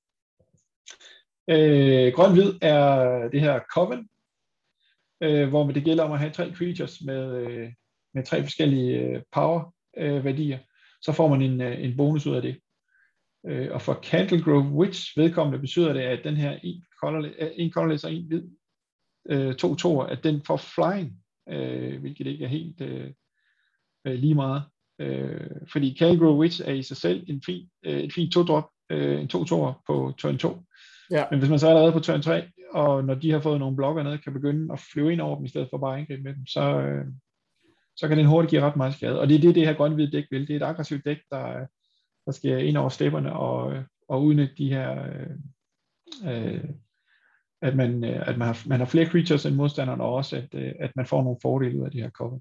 Øh, grøn-hvid er det her Coven, øh, hvor det gælder om at have tre creatures med, øh, med tre forskellige øh, power-værdier. Øh, så får man en, øh, en bonus ud af det. Øh, og for Candlegrove Witch vedkommende betyder det, at den her en colorless, en colorless og en hvid øh, to toer, at den får flying, øh, hvilket ikke er helt øh, lige meget. Øh, fordi Candlegrove Witch er i sig selv en fin, øh, et fint to-drop, øh, en to toer på turn to. Ja. Men hvis man så allerede på turn tre, og når de har fået nogle blokker ned, kan begynde at flyve ind over dem, i stedet for bare at angribe med dem, så, øh, så kan den hurtigt give ret meget skade. Og det er det, det her grøn-hvide dæk vil. Det er et aggressivt dæk, der, der skal ind over stepperne og, og udnytte de her, øh, at, man, at man, har, man har flere creatures end modstanderen, og også at, at man får nogle fordele ud af de her cover.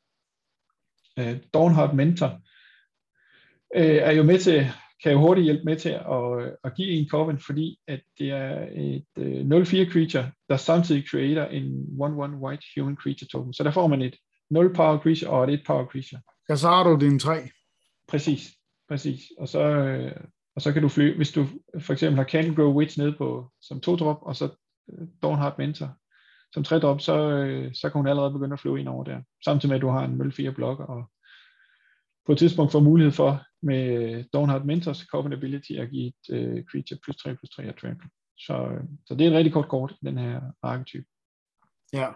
Øh, Dawnheart Mentor øh, er jo med til, kan jo hurtigt hjælpe med til at, at give en coven, fordi at det er et øh, nul fire creature, der samtidig creater en one one white human creature token. Så der får man et nul power creature og et et power creature. Ja, så har du dine tre. Præcis, præcis. Og så, øh, og så kan du flyve, hvis du for eksempel har Candlegrove Witch nede på som to drop, og så øh, Dawnheart Mentor som tre drop, så, øh, så kan hun allerede begynde at flyve ind over der. Samtidig med, at du har en nul fire blokker, og på et tidspunkt får mulighed for med Dawnheart Mentors Coven Ability at give et øh, creature plus tre plus tre og trample. Så, øh, så det er et rigtig kort kort, den her arketype. Ja.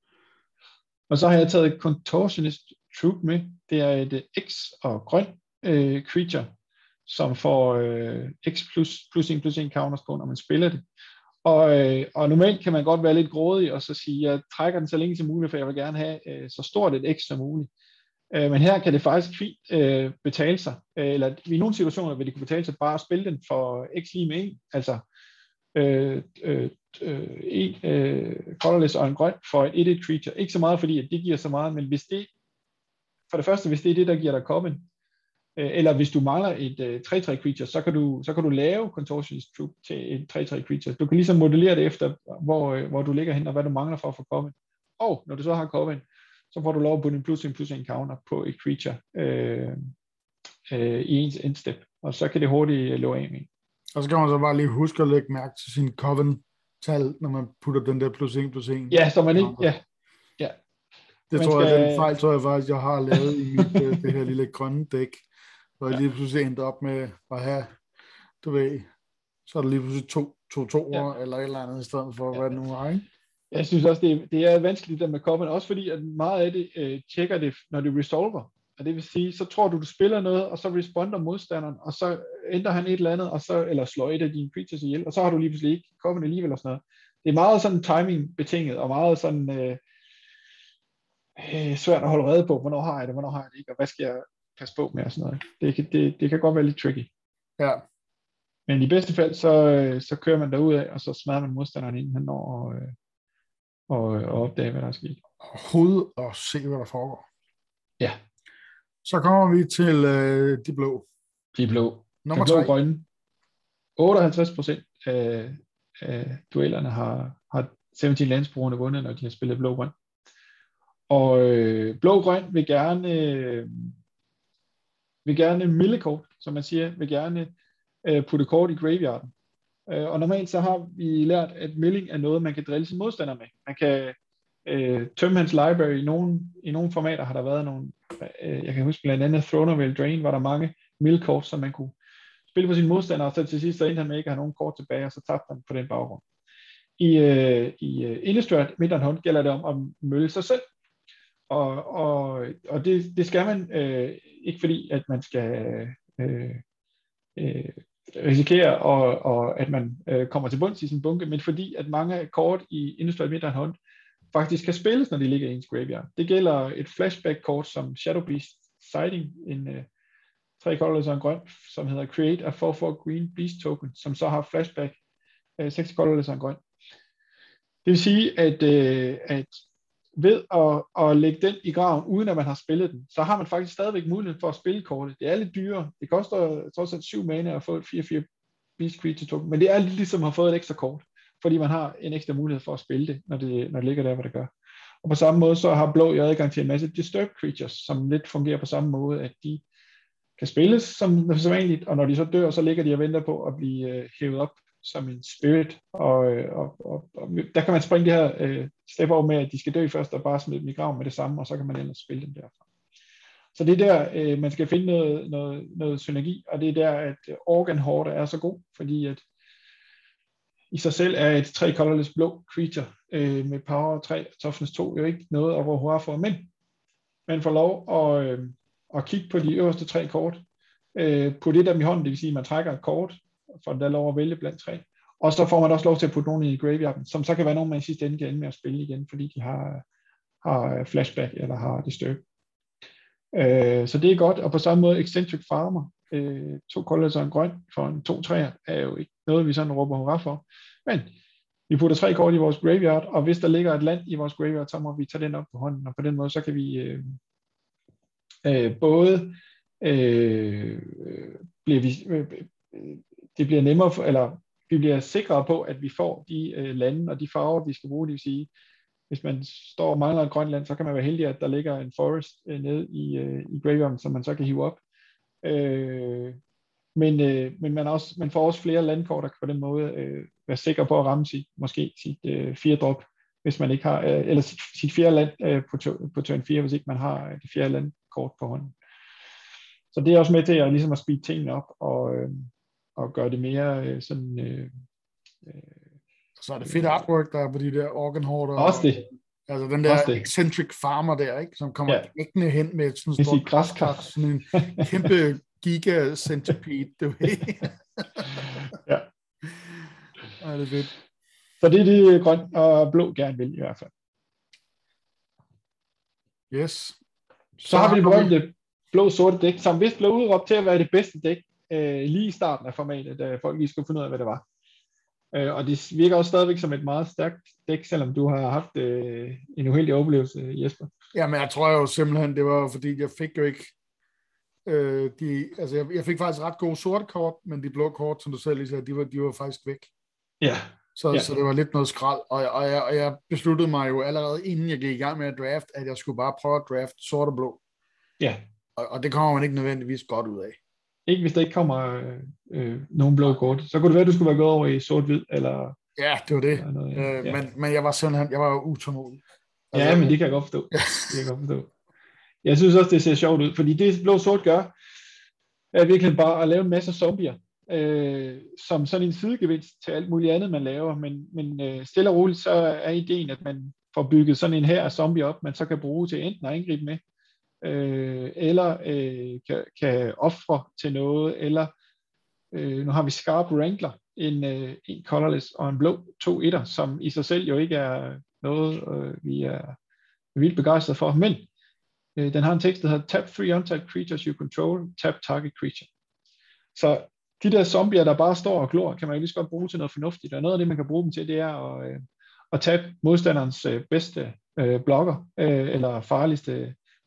Og så har jeg taget Contortionist Troop med. Det er et uh, X og grøn øh, creature, som får øh, X plus, plus en plus en counters på, når man spiller det. Og, øh, og normalt kan man godt være lidt grådig og så sige, at jeg trækker den så længe som muligt, for jeg vil gerne have øh, så stort et X som muligt. Øh, men her kan det faktisk fint øh, betale sig. Øh, eller i nogle situationer vil det kunne betale sig bare at spille den for X lige med en. Altså øh, øh, øh, en øh, colorless og en grøn for et et et creature. Ikke så meget, fordi at det giver så meget, men hvis det, for det første, hvis det er det, der giver dig coven, øh, eller hvis du mangler et øh, tre tre creature, så kan du, så kan du lave Contortionist Troop til et tre tre creature. Du kan ligesom modellere det efter, hvor, øh, hvor du ligger hen, og hvad du mangler for at få coven. Og når du så har coven, så får du lov at putte en plus en plus en counter på et creature øh, øh, i ens endstep, og så kan det hurtigt løbe af med. Og så kan man så bare lige huske at lægge mærke til sin coven-tal, når man putter den der plus en plus en. Ja, så man ikke, ja. ja. Det man tror skal... jeg, den fejl tror jeg faktisk, jeg har lavet i mit, det her lille grønne dæk, hvor jeg lige pludselig endte op med at have, du ved, så er der lige pludselig to, to toer, ja. Eller et eller andet i stedet for, ja. Hvad det nu er, ikke? Jeg synes også, det er, det er vanskeligt der med coven, også fordi at meget af det øh, tjekker det, når det resolver. Og det vil sige, så tror du, du spiller noget, og så responder modstanderen, og så ændrer han et eller andet, og så, eller slår et af dine creatures ihjel, og så har du lige pludselig ikke coven alligevel og sådan noget. Det er meget sådan timing betinget, og meget sådan øh, øh, svært at holde rede på, hvornår har jeg det, hvornår har jeg det ikke, og hvad skal jeg passe på med og sådan noget. Det kan, det, det kan godt være lidt tricky. Ja. Men i bedste fald, så, så kører man derudad, og så smadrer man modstanderen, inden han når øh, og, og opdage, hvad der er sket. Hoved og se, hvad der foregår. Ja. Så kommer vi til øh, de blå. De blå. Nummer De blå tre. grønne. otteoghalvtreds procent af, af duellerne har, har sytten landsbrugerne vundet, når de har spillet blå-grøn. Og øh, blå-grøn vil gerne øh, vil gerne mille kort, som man siger, vil gerne øh, putte kort i graveyarden. Øh, og normalt så har vi lært, at milling er noget, man kan drille sin modstander med. Man kan øh, tømme hans library. I nogle, i nogle formater har der været nogle, øh, jeg kan huske blandt andet Throne of Eldraine, var der mange mill-kort, som man kunne spille på sin modstander, og så til sidst så endte han med ikke at have nogen kort tilbage, og så tabte han på den baggrund. I, øh, i uh, Innistrad Midnighthaunt gælder det om at mølle sig selv. Og, og, og det, det skal man øh, ikke fordi, at man skal øh, øh, risikere, og, og at man øh, kommer til bunds i sin bunke, men fordi, at mange kort i Innistrad Midnighthaunt faktisk kan spilles, når de ligger i ens graveyard. Det gælder et flashback-kort som Shadow Beast Sighting, en øh, tre colorless og en grøn, som hedder Create a four four Green Beast Token, som så har flashback øh, seks colorless og en grøn. Det vil sige, at, øh, at ved at, at lægge den i graven, uden at man har spillet den, så har man faktisk stadigvæk mulighed for at spille kortet. Det er lidt dyrere. Det koster trods alt syv mana at få et fire fire Beast Creature token, men det er lidt ligesom at have fået et ekstra kort, fordi man har en ekstra mulighed for at spille det, når det, når det ligger der, hvor det gør. Og på samme måde, så har blå jo adgang til en masse Disturbed Creatures, som lidt fungerer på samme måde, at de kan spilles som, som vanligt, og når de så dør, så ligger de og venter på at blive øh, hævet op som en spirit, og, og, og, og der kan man springe det her øh, step over med, at de skal dø først, og bare smide dem i graven med det samme, og så kan man ellers spille dem derfra. Så det er der, øh, man skal finde noget, noget, noget synergi, og det er der, at Organ Horde er så god, fordi at i sig selv er et tre colorless blå creature øh, med power tre og toughness to jo ikke noget at råbe hurra for, men man får lov at, øh, at kigge på de øverste tre kort, øh, putte dem i hånden, det vil sige, at man trækker et kort, for der er lov at vælge blandt tre. Og så får man også lov til at putte nogen i graveyarden, som så kan være nogen, man i sidste ende kan ende med at spille igen, fordi de har, har flashback eller har disturb. Øh, så det er godt, og på samme måde Eccentric Farmer, øh, to colorless og en grøn for en to træer, er jo ikke noget, vi sådan råber hurra for. Men vi putter tre kort i vores graveyard, og hvis der ligger et land i vores graveyard, så må vi tage den op på hånden, og på den måde, så kan vi øh, øh, både øh, blive vi, øh, det bliver nemmere, for, eller vi bliver sikre på, at vi får de øh, lande og de farver, vi skal bruge. Det vil sige, hvis man står og mangler et grønt land, så kan man være heldig, at der ligger en forest øh, nede i, øh, i graveyarden, som man så kan hive op. Øh, men øh, men man, også, man får også flere landkort, der kan på den måde øh, være sikker på at ramme sit, måske sit øh, fire drop, hvis man ikke har, øh, eller sit, sit fjerde land øh, på, to, på turn fire, hvis ikke man har øh, det fjerde landkort på hånden. Så det er også med til at, ligesom at speede tingene op, og øh, og gøre det mere øh, sådan... Øh, øh, så er det fedt artwork, der er på de der Organ Horde. Også det. Altså den der Eccentric Farmer der, ikke? Som kommer æggende ja. hen med sådan en stor græskar. Sådan en kæmpe giga centipede, du ved. Ja. Ja, det er fedt. Så det er det grøn og blå gerne vil i hvert fald. Yes. Så, så har vi det berømte blå-sorte dæk, som vist blev udråbt til at være det bedste dæk, Øh, lige i starten af formatet, da folk lige skulle finde ud af, hvad det var. Øh, og det virker også stadigvæk som et meget stærkt dæk, selvom du har haft øh, en uheldig oplevelse, Jesper. Jamen, jeg tror jo simpelthen, det var fordi, jeg fik jo ikke øh, de, altså jeg, jeg fik faktisk ret gode sorte kort, men de blå kort, som du selv lige sagde, de var, de var faktisk væk. Ja. Så, ja. så det var lidt noget skrald, og, og, jeg, og jeg besluttede mig jo allerede, inden jeg gik i gang med at draft, at jeg skulle bare prøve at draft sort og blå. Ja. Og, og det kommer man ikke nødvendigvis godt ud af. Ikke hvis der ikke kommer øh, øh, nogen blå kort. Så kunne det være, at du skulle være gået over i sort-hvid, eller... Ja, det var det. Noget, øh, ja. men, men jeg var simpelthen, jeg var jo utålmodig. Altså, ja, men det kan jeg godt forstå. Det kan jeg godt forstå. Jeg synes også, det ser sjovt ud, fordi det blå-sort gør, er virkelig bare at lave en masse zombier, øh, som sådan en sidegevinst til alt muligt andet, man laver. Men, men øh, stille og roligt, så er ideen, at man får bygget sådan en her af zombier op, man så kan bruge til enten at angribe med, Øh, eller øh, kan, kan ofre til noget, eller øh, nu har vi Scarp Wrangler, en, øh, en colorless og en blå, to etter, som i sig selv jo ikke er noget, øh, vi er vildt begejstret for, men øh, den har en tekst, der hedder Tap three untapped creatures you control, tap target creature. Så de der zombier, der bare står og glor, kan man jo lige så godt bruge til noget fornuftigt, og noget af det, man kan bruge dem til, det er at, øh, at tabe modstanderens øh, bedste øh, blokker, øh, eller farligste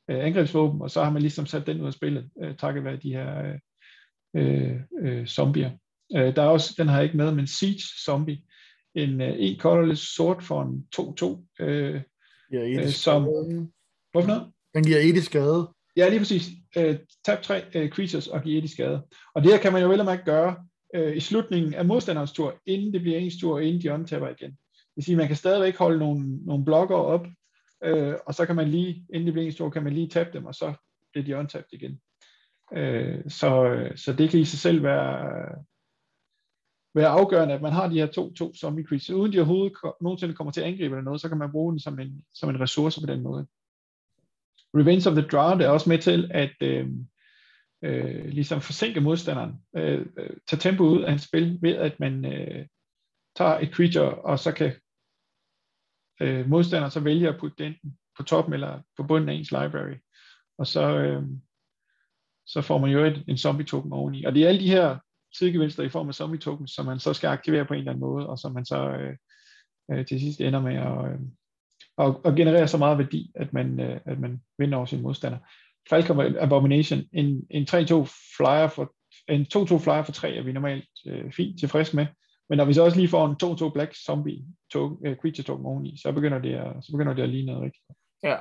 øh, angrebsvåben, og så har man ligesom sat den ud af spillet, øh, takket være de her øh, øh, zombier. Øh, der er også, den har jeg ikke med, men Siege Zombie, en øh, en colorless sort for en to to, øh, ja, øh, som... Hvorfor noget? Den giver etisk skade. Ja, lige præcis. Øh, tab tre øh, creatures og give etisk skade. Og det her kan man jo vel og mærke gøre øh, i slutningen af modstanderens tur, inden det bliver ens tur, og inden de untapper igen. Det vil sige, at man kan stadigvæk holde nogle, nogle blokker op, øh, og så kan man lige, inden det bliver ens tur, kan man lige tabe dem, og så bliver de untappet igen. Øh, så, så det kan i sig selv være, være afgørende, at man har de her to, to zombie creatures. Uden de overhovedet nogensinde kommer til at angribe eller noget, så kan man bruge den som en, som en ressource på den måde. Revenge of the Drowned er også med til at øh, øh, ligesom forsinke modstanderen, øh, øh, tage tempo ud af hans spil, ved at man øh, tager et creature, og så kan øh, modstanderen så vælge at putte den på toppen eller på bunden af ens library. Og så, øh, så får man jo et, en zombie token oveni. Og det er alle de her sidegevinster i form af zombie tokens, som man så skal aktivere på en eller anden måde, og som man så øh, øh, til sidst ender med at øh, og, og generere så meget værdi, at man, øh, at man vinder over sin modstander. Falcon Abomination, en, en tre to flyer for en to to flyer for tre er vi normalt øh, fint tilfreds med, men når vi så også lige får en to to black zombie token, øh, creature token oveni, så begynder det at, så begynder det at ligne noget rigtigt. Ja.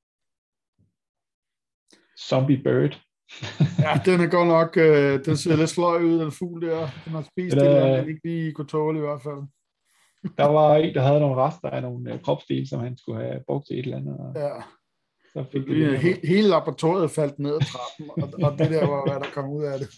Zombie Bird. Ja, den er godt nok, øh, den ser lidt sløj ud, den fugl der. Den har spist det, der, den ikke lige kunne tåle i hvert fald. Der var en, der havde nogle rester af nogle uh, kropsdele, som han skulle have brugt til et eller andet. Og ja. Så fik det det he, hele laboratoriet faldt ned ad trappen, og, og det der var, hvad der kom ud af det.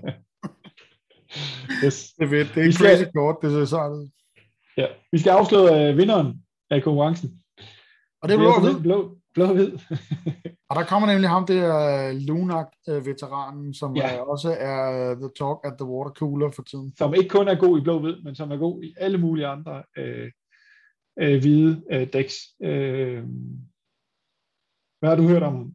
Yes. Det er fedt. Det er ikke crazy kort, det ser sådan ud. Ja, vi skal afsløre uh, vinderen af konkurrencen. Og det er blå og hvid. Blå, blå og hvid. Og der kommer nemlig ham der Lunak-veteranen, som ja. også er the talk at the water cooler for tiden. Som ikke kun er god i blå-hvid, men som er god i alle mulige andre øh, øh, hvide øh, decks. Øh, hvad har du hørt om ham?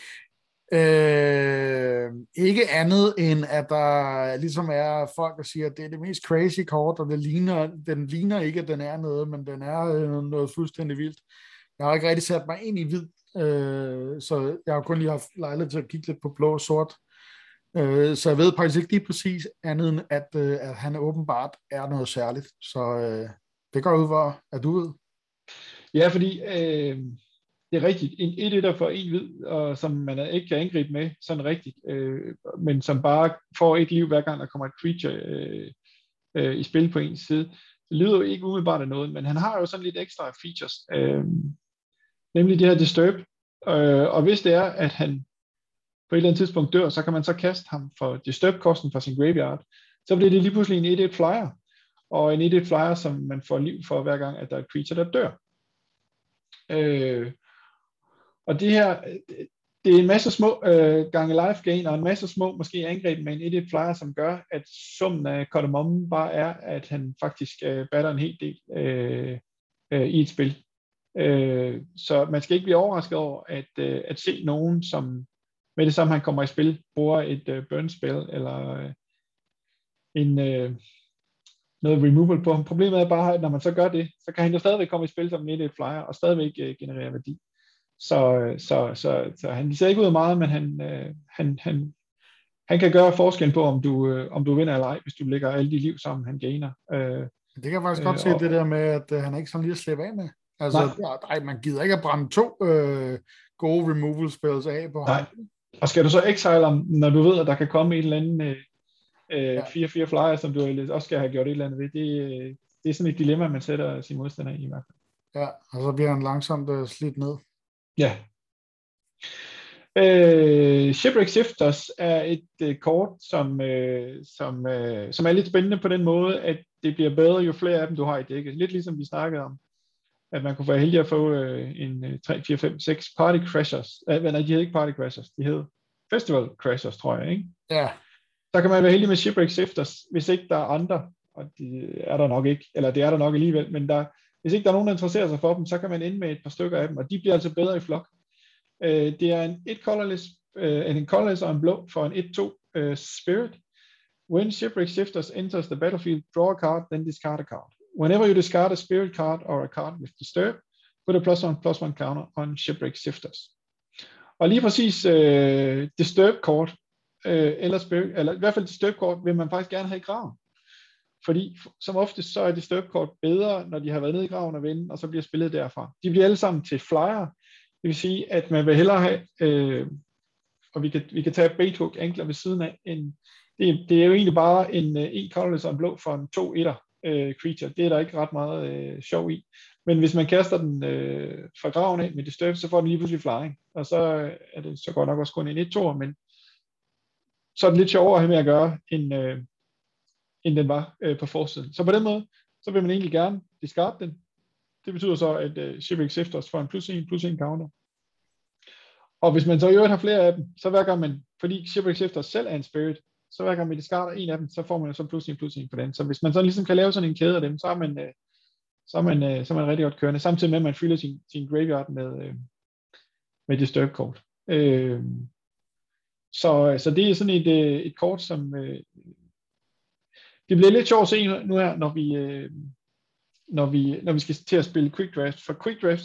Øh, ikke andet end, at der ligesom er folk, der siger, at det er det mest crazy kort, og det ligner, den ligner ikke, at den er noget, men den er øh, noget fuldstændig vildt. Jeg har ikke rigtig sat mig ind i hvid, øh, så jeg har kun lige haft lejlighed til at kigge lidt på blå og sort. Øh, så jeg ved faktisk ikke lige præcis andet end, at, øh, at han åbenbart er noget særligt. Så øh, det går ud for, at du ved. Ja, fordi øh, det er rigtigt. En et etter for en hvid, og som man ikke kan angribe med sådan rigtigt, øh, men som bare får et liv hver gang, der kommer et creature øh, øh, i spil på ens side. Det lyder jo ikke umiddelbart af noget, men han har jo sådan lidt ekstra features. Øh, nemlig det her Disturb. Øh, og hvis det er, at han på et eller andet tidspunkt dør, så kan man så kaste ham for Disturb-kosten fra sin graveyard. Så bliver det lige pludselig en et et flyer. Og en et et flyer, som man får liv for hver gang, at der er et creature, der dør. Øh, og det her, det er en masse små øh, gange life gain, og en masse små måske angreb med en et et flyer, som gør, at summen af kardemommen bare er, at han faktisk øh, batter en hel del øh, øh, i et spil. Øh, så man skal ikke blive overrasket over at, øh, at se nogen, som med det samme han kommer i spil, bruger et øh, burn spell eller øh, en øh, noget removal på ham. Problemet er bare, at når man så gør det, så kan han jo stadigvæk komme i spil som en et et flyer og stadigvæk øh, generere værdi. Så, så, så, så han ser ikke ud af meget, men han, øh, han, han, han kan gøre forskel på, om du, øh, om du vinder eller ej, hvis du lægger alle de liv sammen, han gainer. Øh, det kan jeg faktisk godt øh, se, og, det der med, at øh, han er ikke sådan lige at slippe af med. Altså, nej. Nej, man gider ikke at brænde to øh, gode removal spells af på nej. ham. Og skal du så exile om, når du ved, at der kan komme et eller andet øh, ja. fire fire flyer, som du også skal have gjort et eller andet ved, det, det er sådan et dilemma, man sætter sin modstander i i hvert fald. Ja, og så bliver han langsomt øh, slidt ned. Ja. Øh, Shipwreck Shifters er et øh, kort, som, øh, som, øh, som er lidt spændende på den måde, at det bliver bedre, jo flere af dem du har i dækket. Lidt ligesom vi snakkede om, at man kunne være heldig at få øh, en øh, tre, fire, fem, seks Party Crashers. Øh, nej, de hed ikke Party Crashers, de hed Festival Crashers, tror jeg, ikke? Ja. Så kan man være heldig med Shipwreck Shifters, hvis ikke der er andre, og det er der nok ikke, eller det er der nok alligevel, men der, hvis ikke der er nogen, der interesserer sig for dem, så kan man ende med et par stykker af dem, og de bliver altså bedre i flok. Øh, det er en et colorless, øh, en colorless og en blå for en et to øh, spirit. When Shipwreck Shifters enters the battlefield, draw a card, then discard a card. Whenever you discard a spirit card or a card with Disturb, put a plus one plus one counter on Shipwreck Shifters. Og lige præcis øh, Disturb-kort, øh, eller, spirit, eller i hvert fald Disturb-kort, vil man faktisk gerne have i graven. Fordi som oftest så er Disturb-kort bedre, når de har været nede i graven og vende, og så bliver spillet derfra. De bliver alle sammen til flyer. Det vil sige, at man vil hellere have, øh, og vi kan, vi kan tage Baithook ankler ved siden af, en, det, det er jo egentlig bare en uh, en colorless og en blå for en to etter uh, creature. Det er der ikke ret meget uh, sjov i. Men hvis man kaster den uh, fra graven af med Disturb, så får den lige pludselig flying. Og så er det så godt nok også kun en et to, men så er det lidt sjovere at have med at gøre, end, uh, end den var uh, på forsiden. Så på den måde, så vil man egentlig gerne discard den. Det betyder så, at uh, Shipwreck Shifters får en plus en, plus en counter. Og hvis man så i øvrigt har flere af dem, så hver gang man, fordi Shipwreck Shifters selv er en spirit, så hver gang man discarder en af dem, så får man jo så plus en, plus en på den. Så hvis man så ligesom kan lave sådan en kæde af dem, så er man, uh, så er man, uh, så er man rigtig godt kørende, samtidig med, at man fylder sin, sin graveyard med, uh, med Disturb kort. Uh, så, så det er sådan et, uh, et kort, som uh, det bliver lidt sjovt at se nu her, når vi, uh, når vi, når vi skal til at spille quick draft. For quick drafts,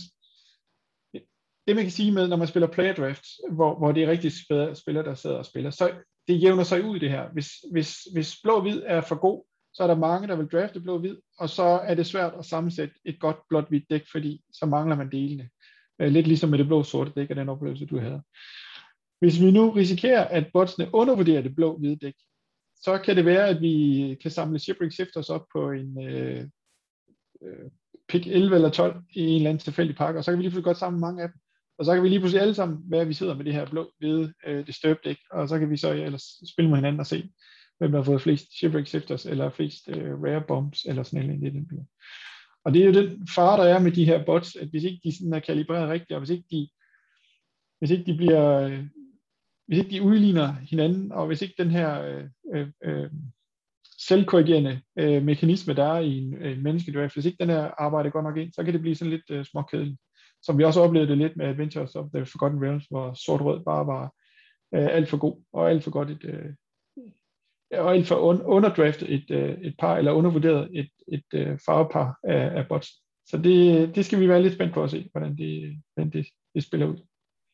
det man kan sige med, når man spiller player drafts, hvor, hvor det er rigtig spillere, der sidder og spiller, så det jævner sig ud i det her. Hvis, hvis, hvis blå-hvid er for god, så er der mange, der vil drafte blå-hvid, og så er det svært at sammensætte et godt blåt-hvidt dæk, fordi så mangler man delene. Lidt ligesom med det blå-sorte dæk og den oplevelse, du havde. Hvis vi nu risikerer, at botsene undervurderer det blå-hvide dæk, så kan det være, at vi kan samle Shipwreck Shifters op på en øh, øh, pick elleve eller tolv i en eller anden tilfældig pakke, og så kan vi lige pludselig godt samle mange af dem. Og så kan vi lige pludselig alle sammen være, at vi sidder med det her blå-hvide øh, Disturb dæk, og så kan vi så ellers spille med hinanden og se, hvem der har fået flest Shipwreck Shifters, eller flest øh, Rare Bombs, eller sådan en lille den. Og det er jo den fare, der er med de her bots, at hvis ikke de sådan er kalibreret rigtigt, og hvis ikke de, hvis ikke de bliver, øh, hvis ikke de udligner hinanden, og hvis ikke den her øh, øh, selvkorrigerende øh, mekanisme, der er i en, en menneskedraft, hvis ikke den her arbejder godt nok ind, så kan det blive sådan lidt øh, småkedeligt. Som vi også oplevede det lidt med Adventures of the Forgotten Realms, hvor sort-rød bare var øh, alt for god, og alt for godt et, øh, og alt for un- underdraftet et, øh, et par, eller undervurderet et, et øh, farvepar af, af bots. Så det, det skal vi være lidt spændt på at se, hvordan det, hvordan det, det spiller ud.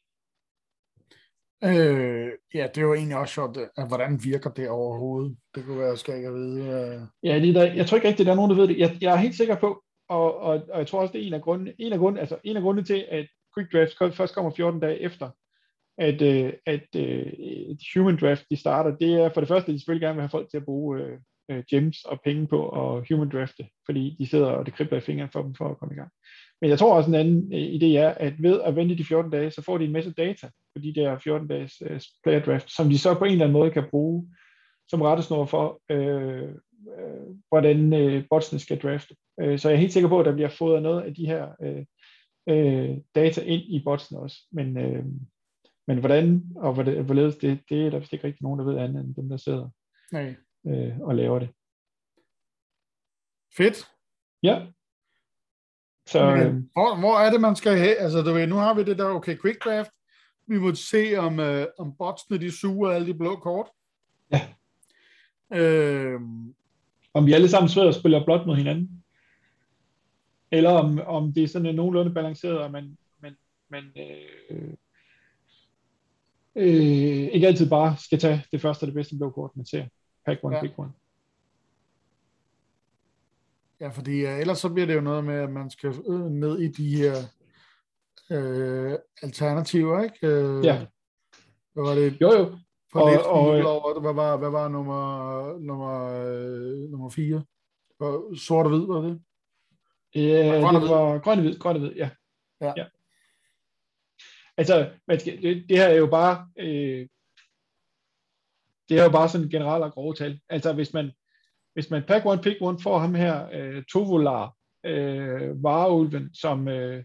Øh, ja, det er jo egentlig også sjovt, at hvordan virker det overhovedet? Det kunne være skægt at vide. Øh. Ja, det der, jeg tror ikke rigtigt, der er nogen, der ved det. Jeg, jeg er helt sikker på, og, og, og jeg tror også, det er en af grundene, en af grundene, altså en af grundene til, at Quick Draft først kommer fjorten dage efter, at, øh, at øh, Human Draft de starter. Det er for det første, at de selvfølgelig gerne vil have folk til at bruge øh, gems og penge på at Human Drafte, fordi de sidder, og det kribler i fingeren for dem for at komme i gang. Men jeg tror også, en anden øh, idé er, at ved at vente de fjorten dage, så får de en masse data på de der fjorten dages øh, player draft, som de så på en eller anden måde kan bruge som rettesnor for, øh, øh, hvordan øh, botsene skal drafte. Øh, så jeg er helt sikker på, at der bliver fået noget af de her øh, øh, data ind i botsene også. Men, øh, men hvordan og hvorledes, det, det er der vist ikke rigtig nogen, der ved andet end dem, der sidder Nej. Øh, og laver det. Fedt. Ja. Så, Men, øh, hvor, hvor er det, man skal have? Altså, du ved, nu har vi det der, okay, quick draft. Vi må se, om, øh, om botsene, de suger alle de blå kort. Ja. Øh, om vi alle sammen sidder og spiller blot mod hinanden. Eller om, om det er sådan nogenlunde balanceret, og man, man, man øh, øh, ikke altid bare skal tage det første og det bedste blå kort, man ser. Pack one, ja. pick one. Ja, fordi uh, ellers så bliver det jo noget med, at man skal øh, ned i de her øh, alternativer, ikke? Øh, ja. Hvad var det? Jo, jo. For og, lidt og, over, hvad var, hvad var nummer, nummer, øh, nummer fire? Sort og hvid, var det? Ja, grøn det var grøn og hvid, grøn og hvid, ja. Ja. ja. Altså, man skal, det, det her er jo bare, øh, det er jo bare sådan en generelt og grove tal. Altså, hvis man, hvis man pack one, pick one, får ham her, øh, Tovolar, øh, Varulven, som, øh,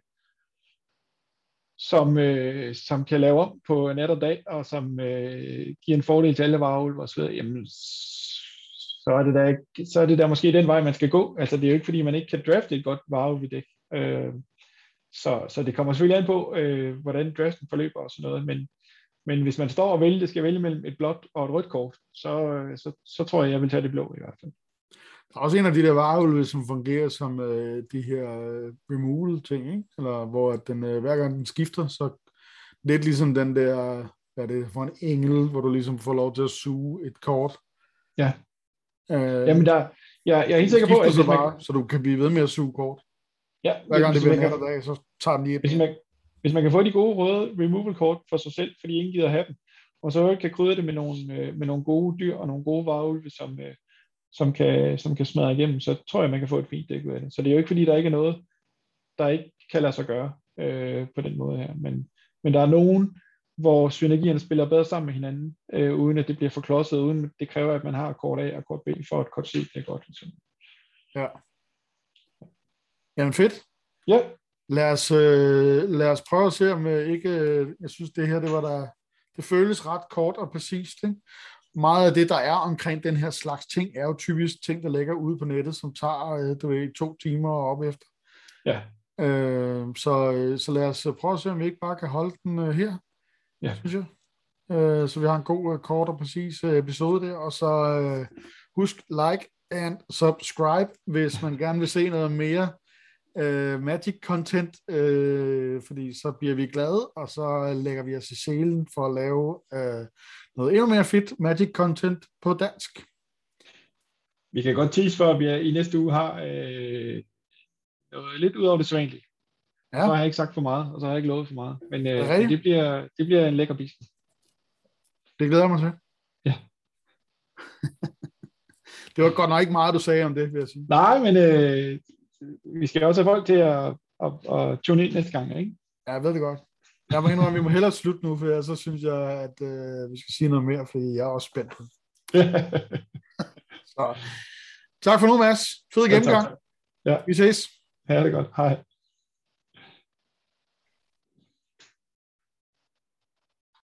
som, øh, som kan lave om på nat og dag, og som øh, giver en fordel til alle Varulver og så videre, jamen, så er det der, så er det der måske den vej, man skal gå. Altså, det er jo ikke, fordi man ikke kan drafte et godt Varulve-dæk. Øh, så, så det kommer selvfølgelig an på, øh, hvordan draften forløber og sådan noget, men, men hvis man står og vælger, det skal vælge mellem et blåt og et rødt kort, så, så, så tror jeg, jeg vil tage det blå i hvert fald. Der er også en af de der varulve, som fungerer som øh, de her øh, removal ting, ikke? Eller hvor den, øh, hver gang den skifter, så lidt ligesom den der, hvad er det for en engel, hvor du ligesom får lov til at suge et kort. Ja. Øh, Jamen der, jeg, jeg er helt sikker på, at så, hvis man, bare, så du kan blive ved med at suge kort. ja, Hver gang hvis, det hvis, bliver man nat kan, og dag, så tager den lige et hvis, man, hvis man kan få de gode røde removal-kort for sig selv, fordi ingen gider have dem, og så kan krydre det med nogle, med nogle gode dyr og nogle gode varulve, som, som, kan, som kan smadre igennem, så tror jeg, man kan få et fint dæk ud af det. Så det er jo ikke, fordi der ikke er noget, der ikke kan lade sig gøre øh, på den måde her. Men, men der er nogen, hvor synergierne spiller bedre sammen med hinanden, øh, uden at det bliver for klodset, uden det kræver, at man har kort A og kort B, for at kort C bliver godt. Ligesom. Ja. Jamen fedt. Ja. Lad os, øh, lad os prøve at se, om jeg ikke... Øh, jeg synes, det her, det var der... Det føles ret kort og præcist, ikke? Meget af det, der er omkring den her slags ting, er jo typisk ting, der ligger ude på nettet, som tager øh, du ved, to timer og op efter. Ja. Øh, så, så lad os prøve at se, om vi ikke bare kan holde den øh, her, ja. synes jeg. Øh, så vi har en god, øh, kort og præcis øh, episode der, og så øh, husk like and subscribe, hvis man gerne vil se noget mere øh, Magic content, øh, fordi så bliver vi glade, og så lægger vi os i selen for at lave øh, noget endnu mere fedt Magic content på dansk. Vi kan godt tease for, at vi i næste uge har øh, noget lidt ud over det sædvanlige. Ja. Så har jeg ikke sagt for meget, og så har jeg ikke lovet for meget. Men, øh, men det, bliver, det bliver en lækker business. Det glæder mig til. Ja. Det var godt nok ikke meget, du sagde om det, vil jeg sige. Nej, men øh, vi skal også have folk til at, at, at tune ind næste gang, ikke? Ja, jeg ved det godt. Jeg må indrømme, vi må hellere slutte nu, for så synes jeg, at øh, vi skal sige noget mere, fordi jeg er også spændt på det. Så. Tak for nu, Mads. Fed gennemgang. Ja, ja. Vi ses. Ja, det er godt. Hej.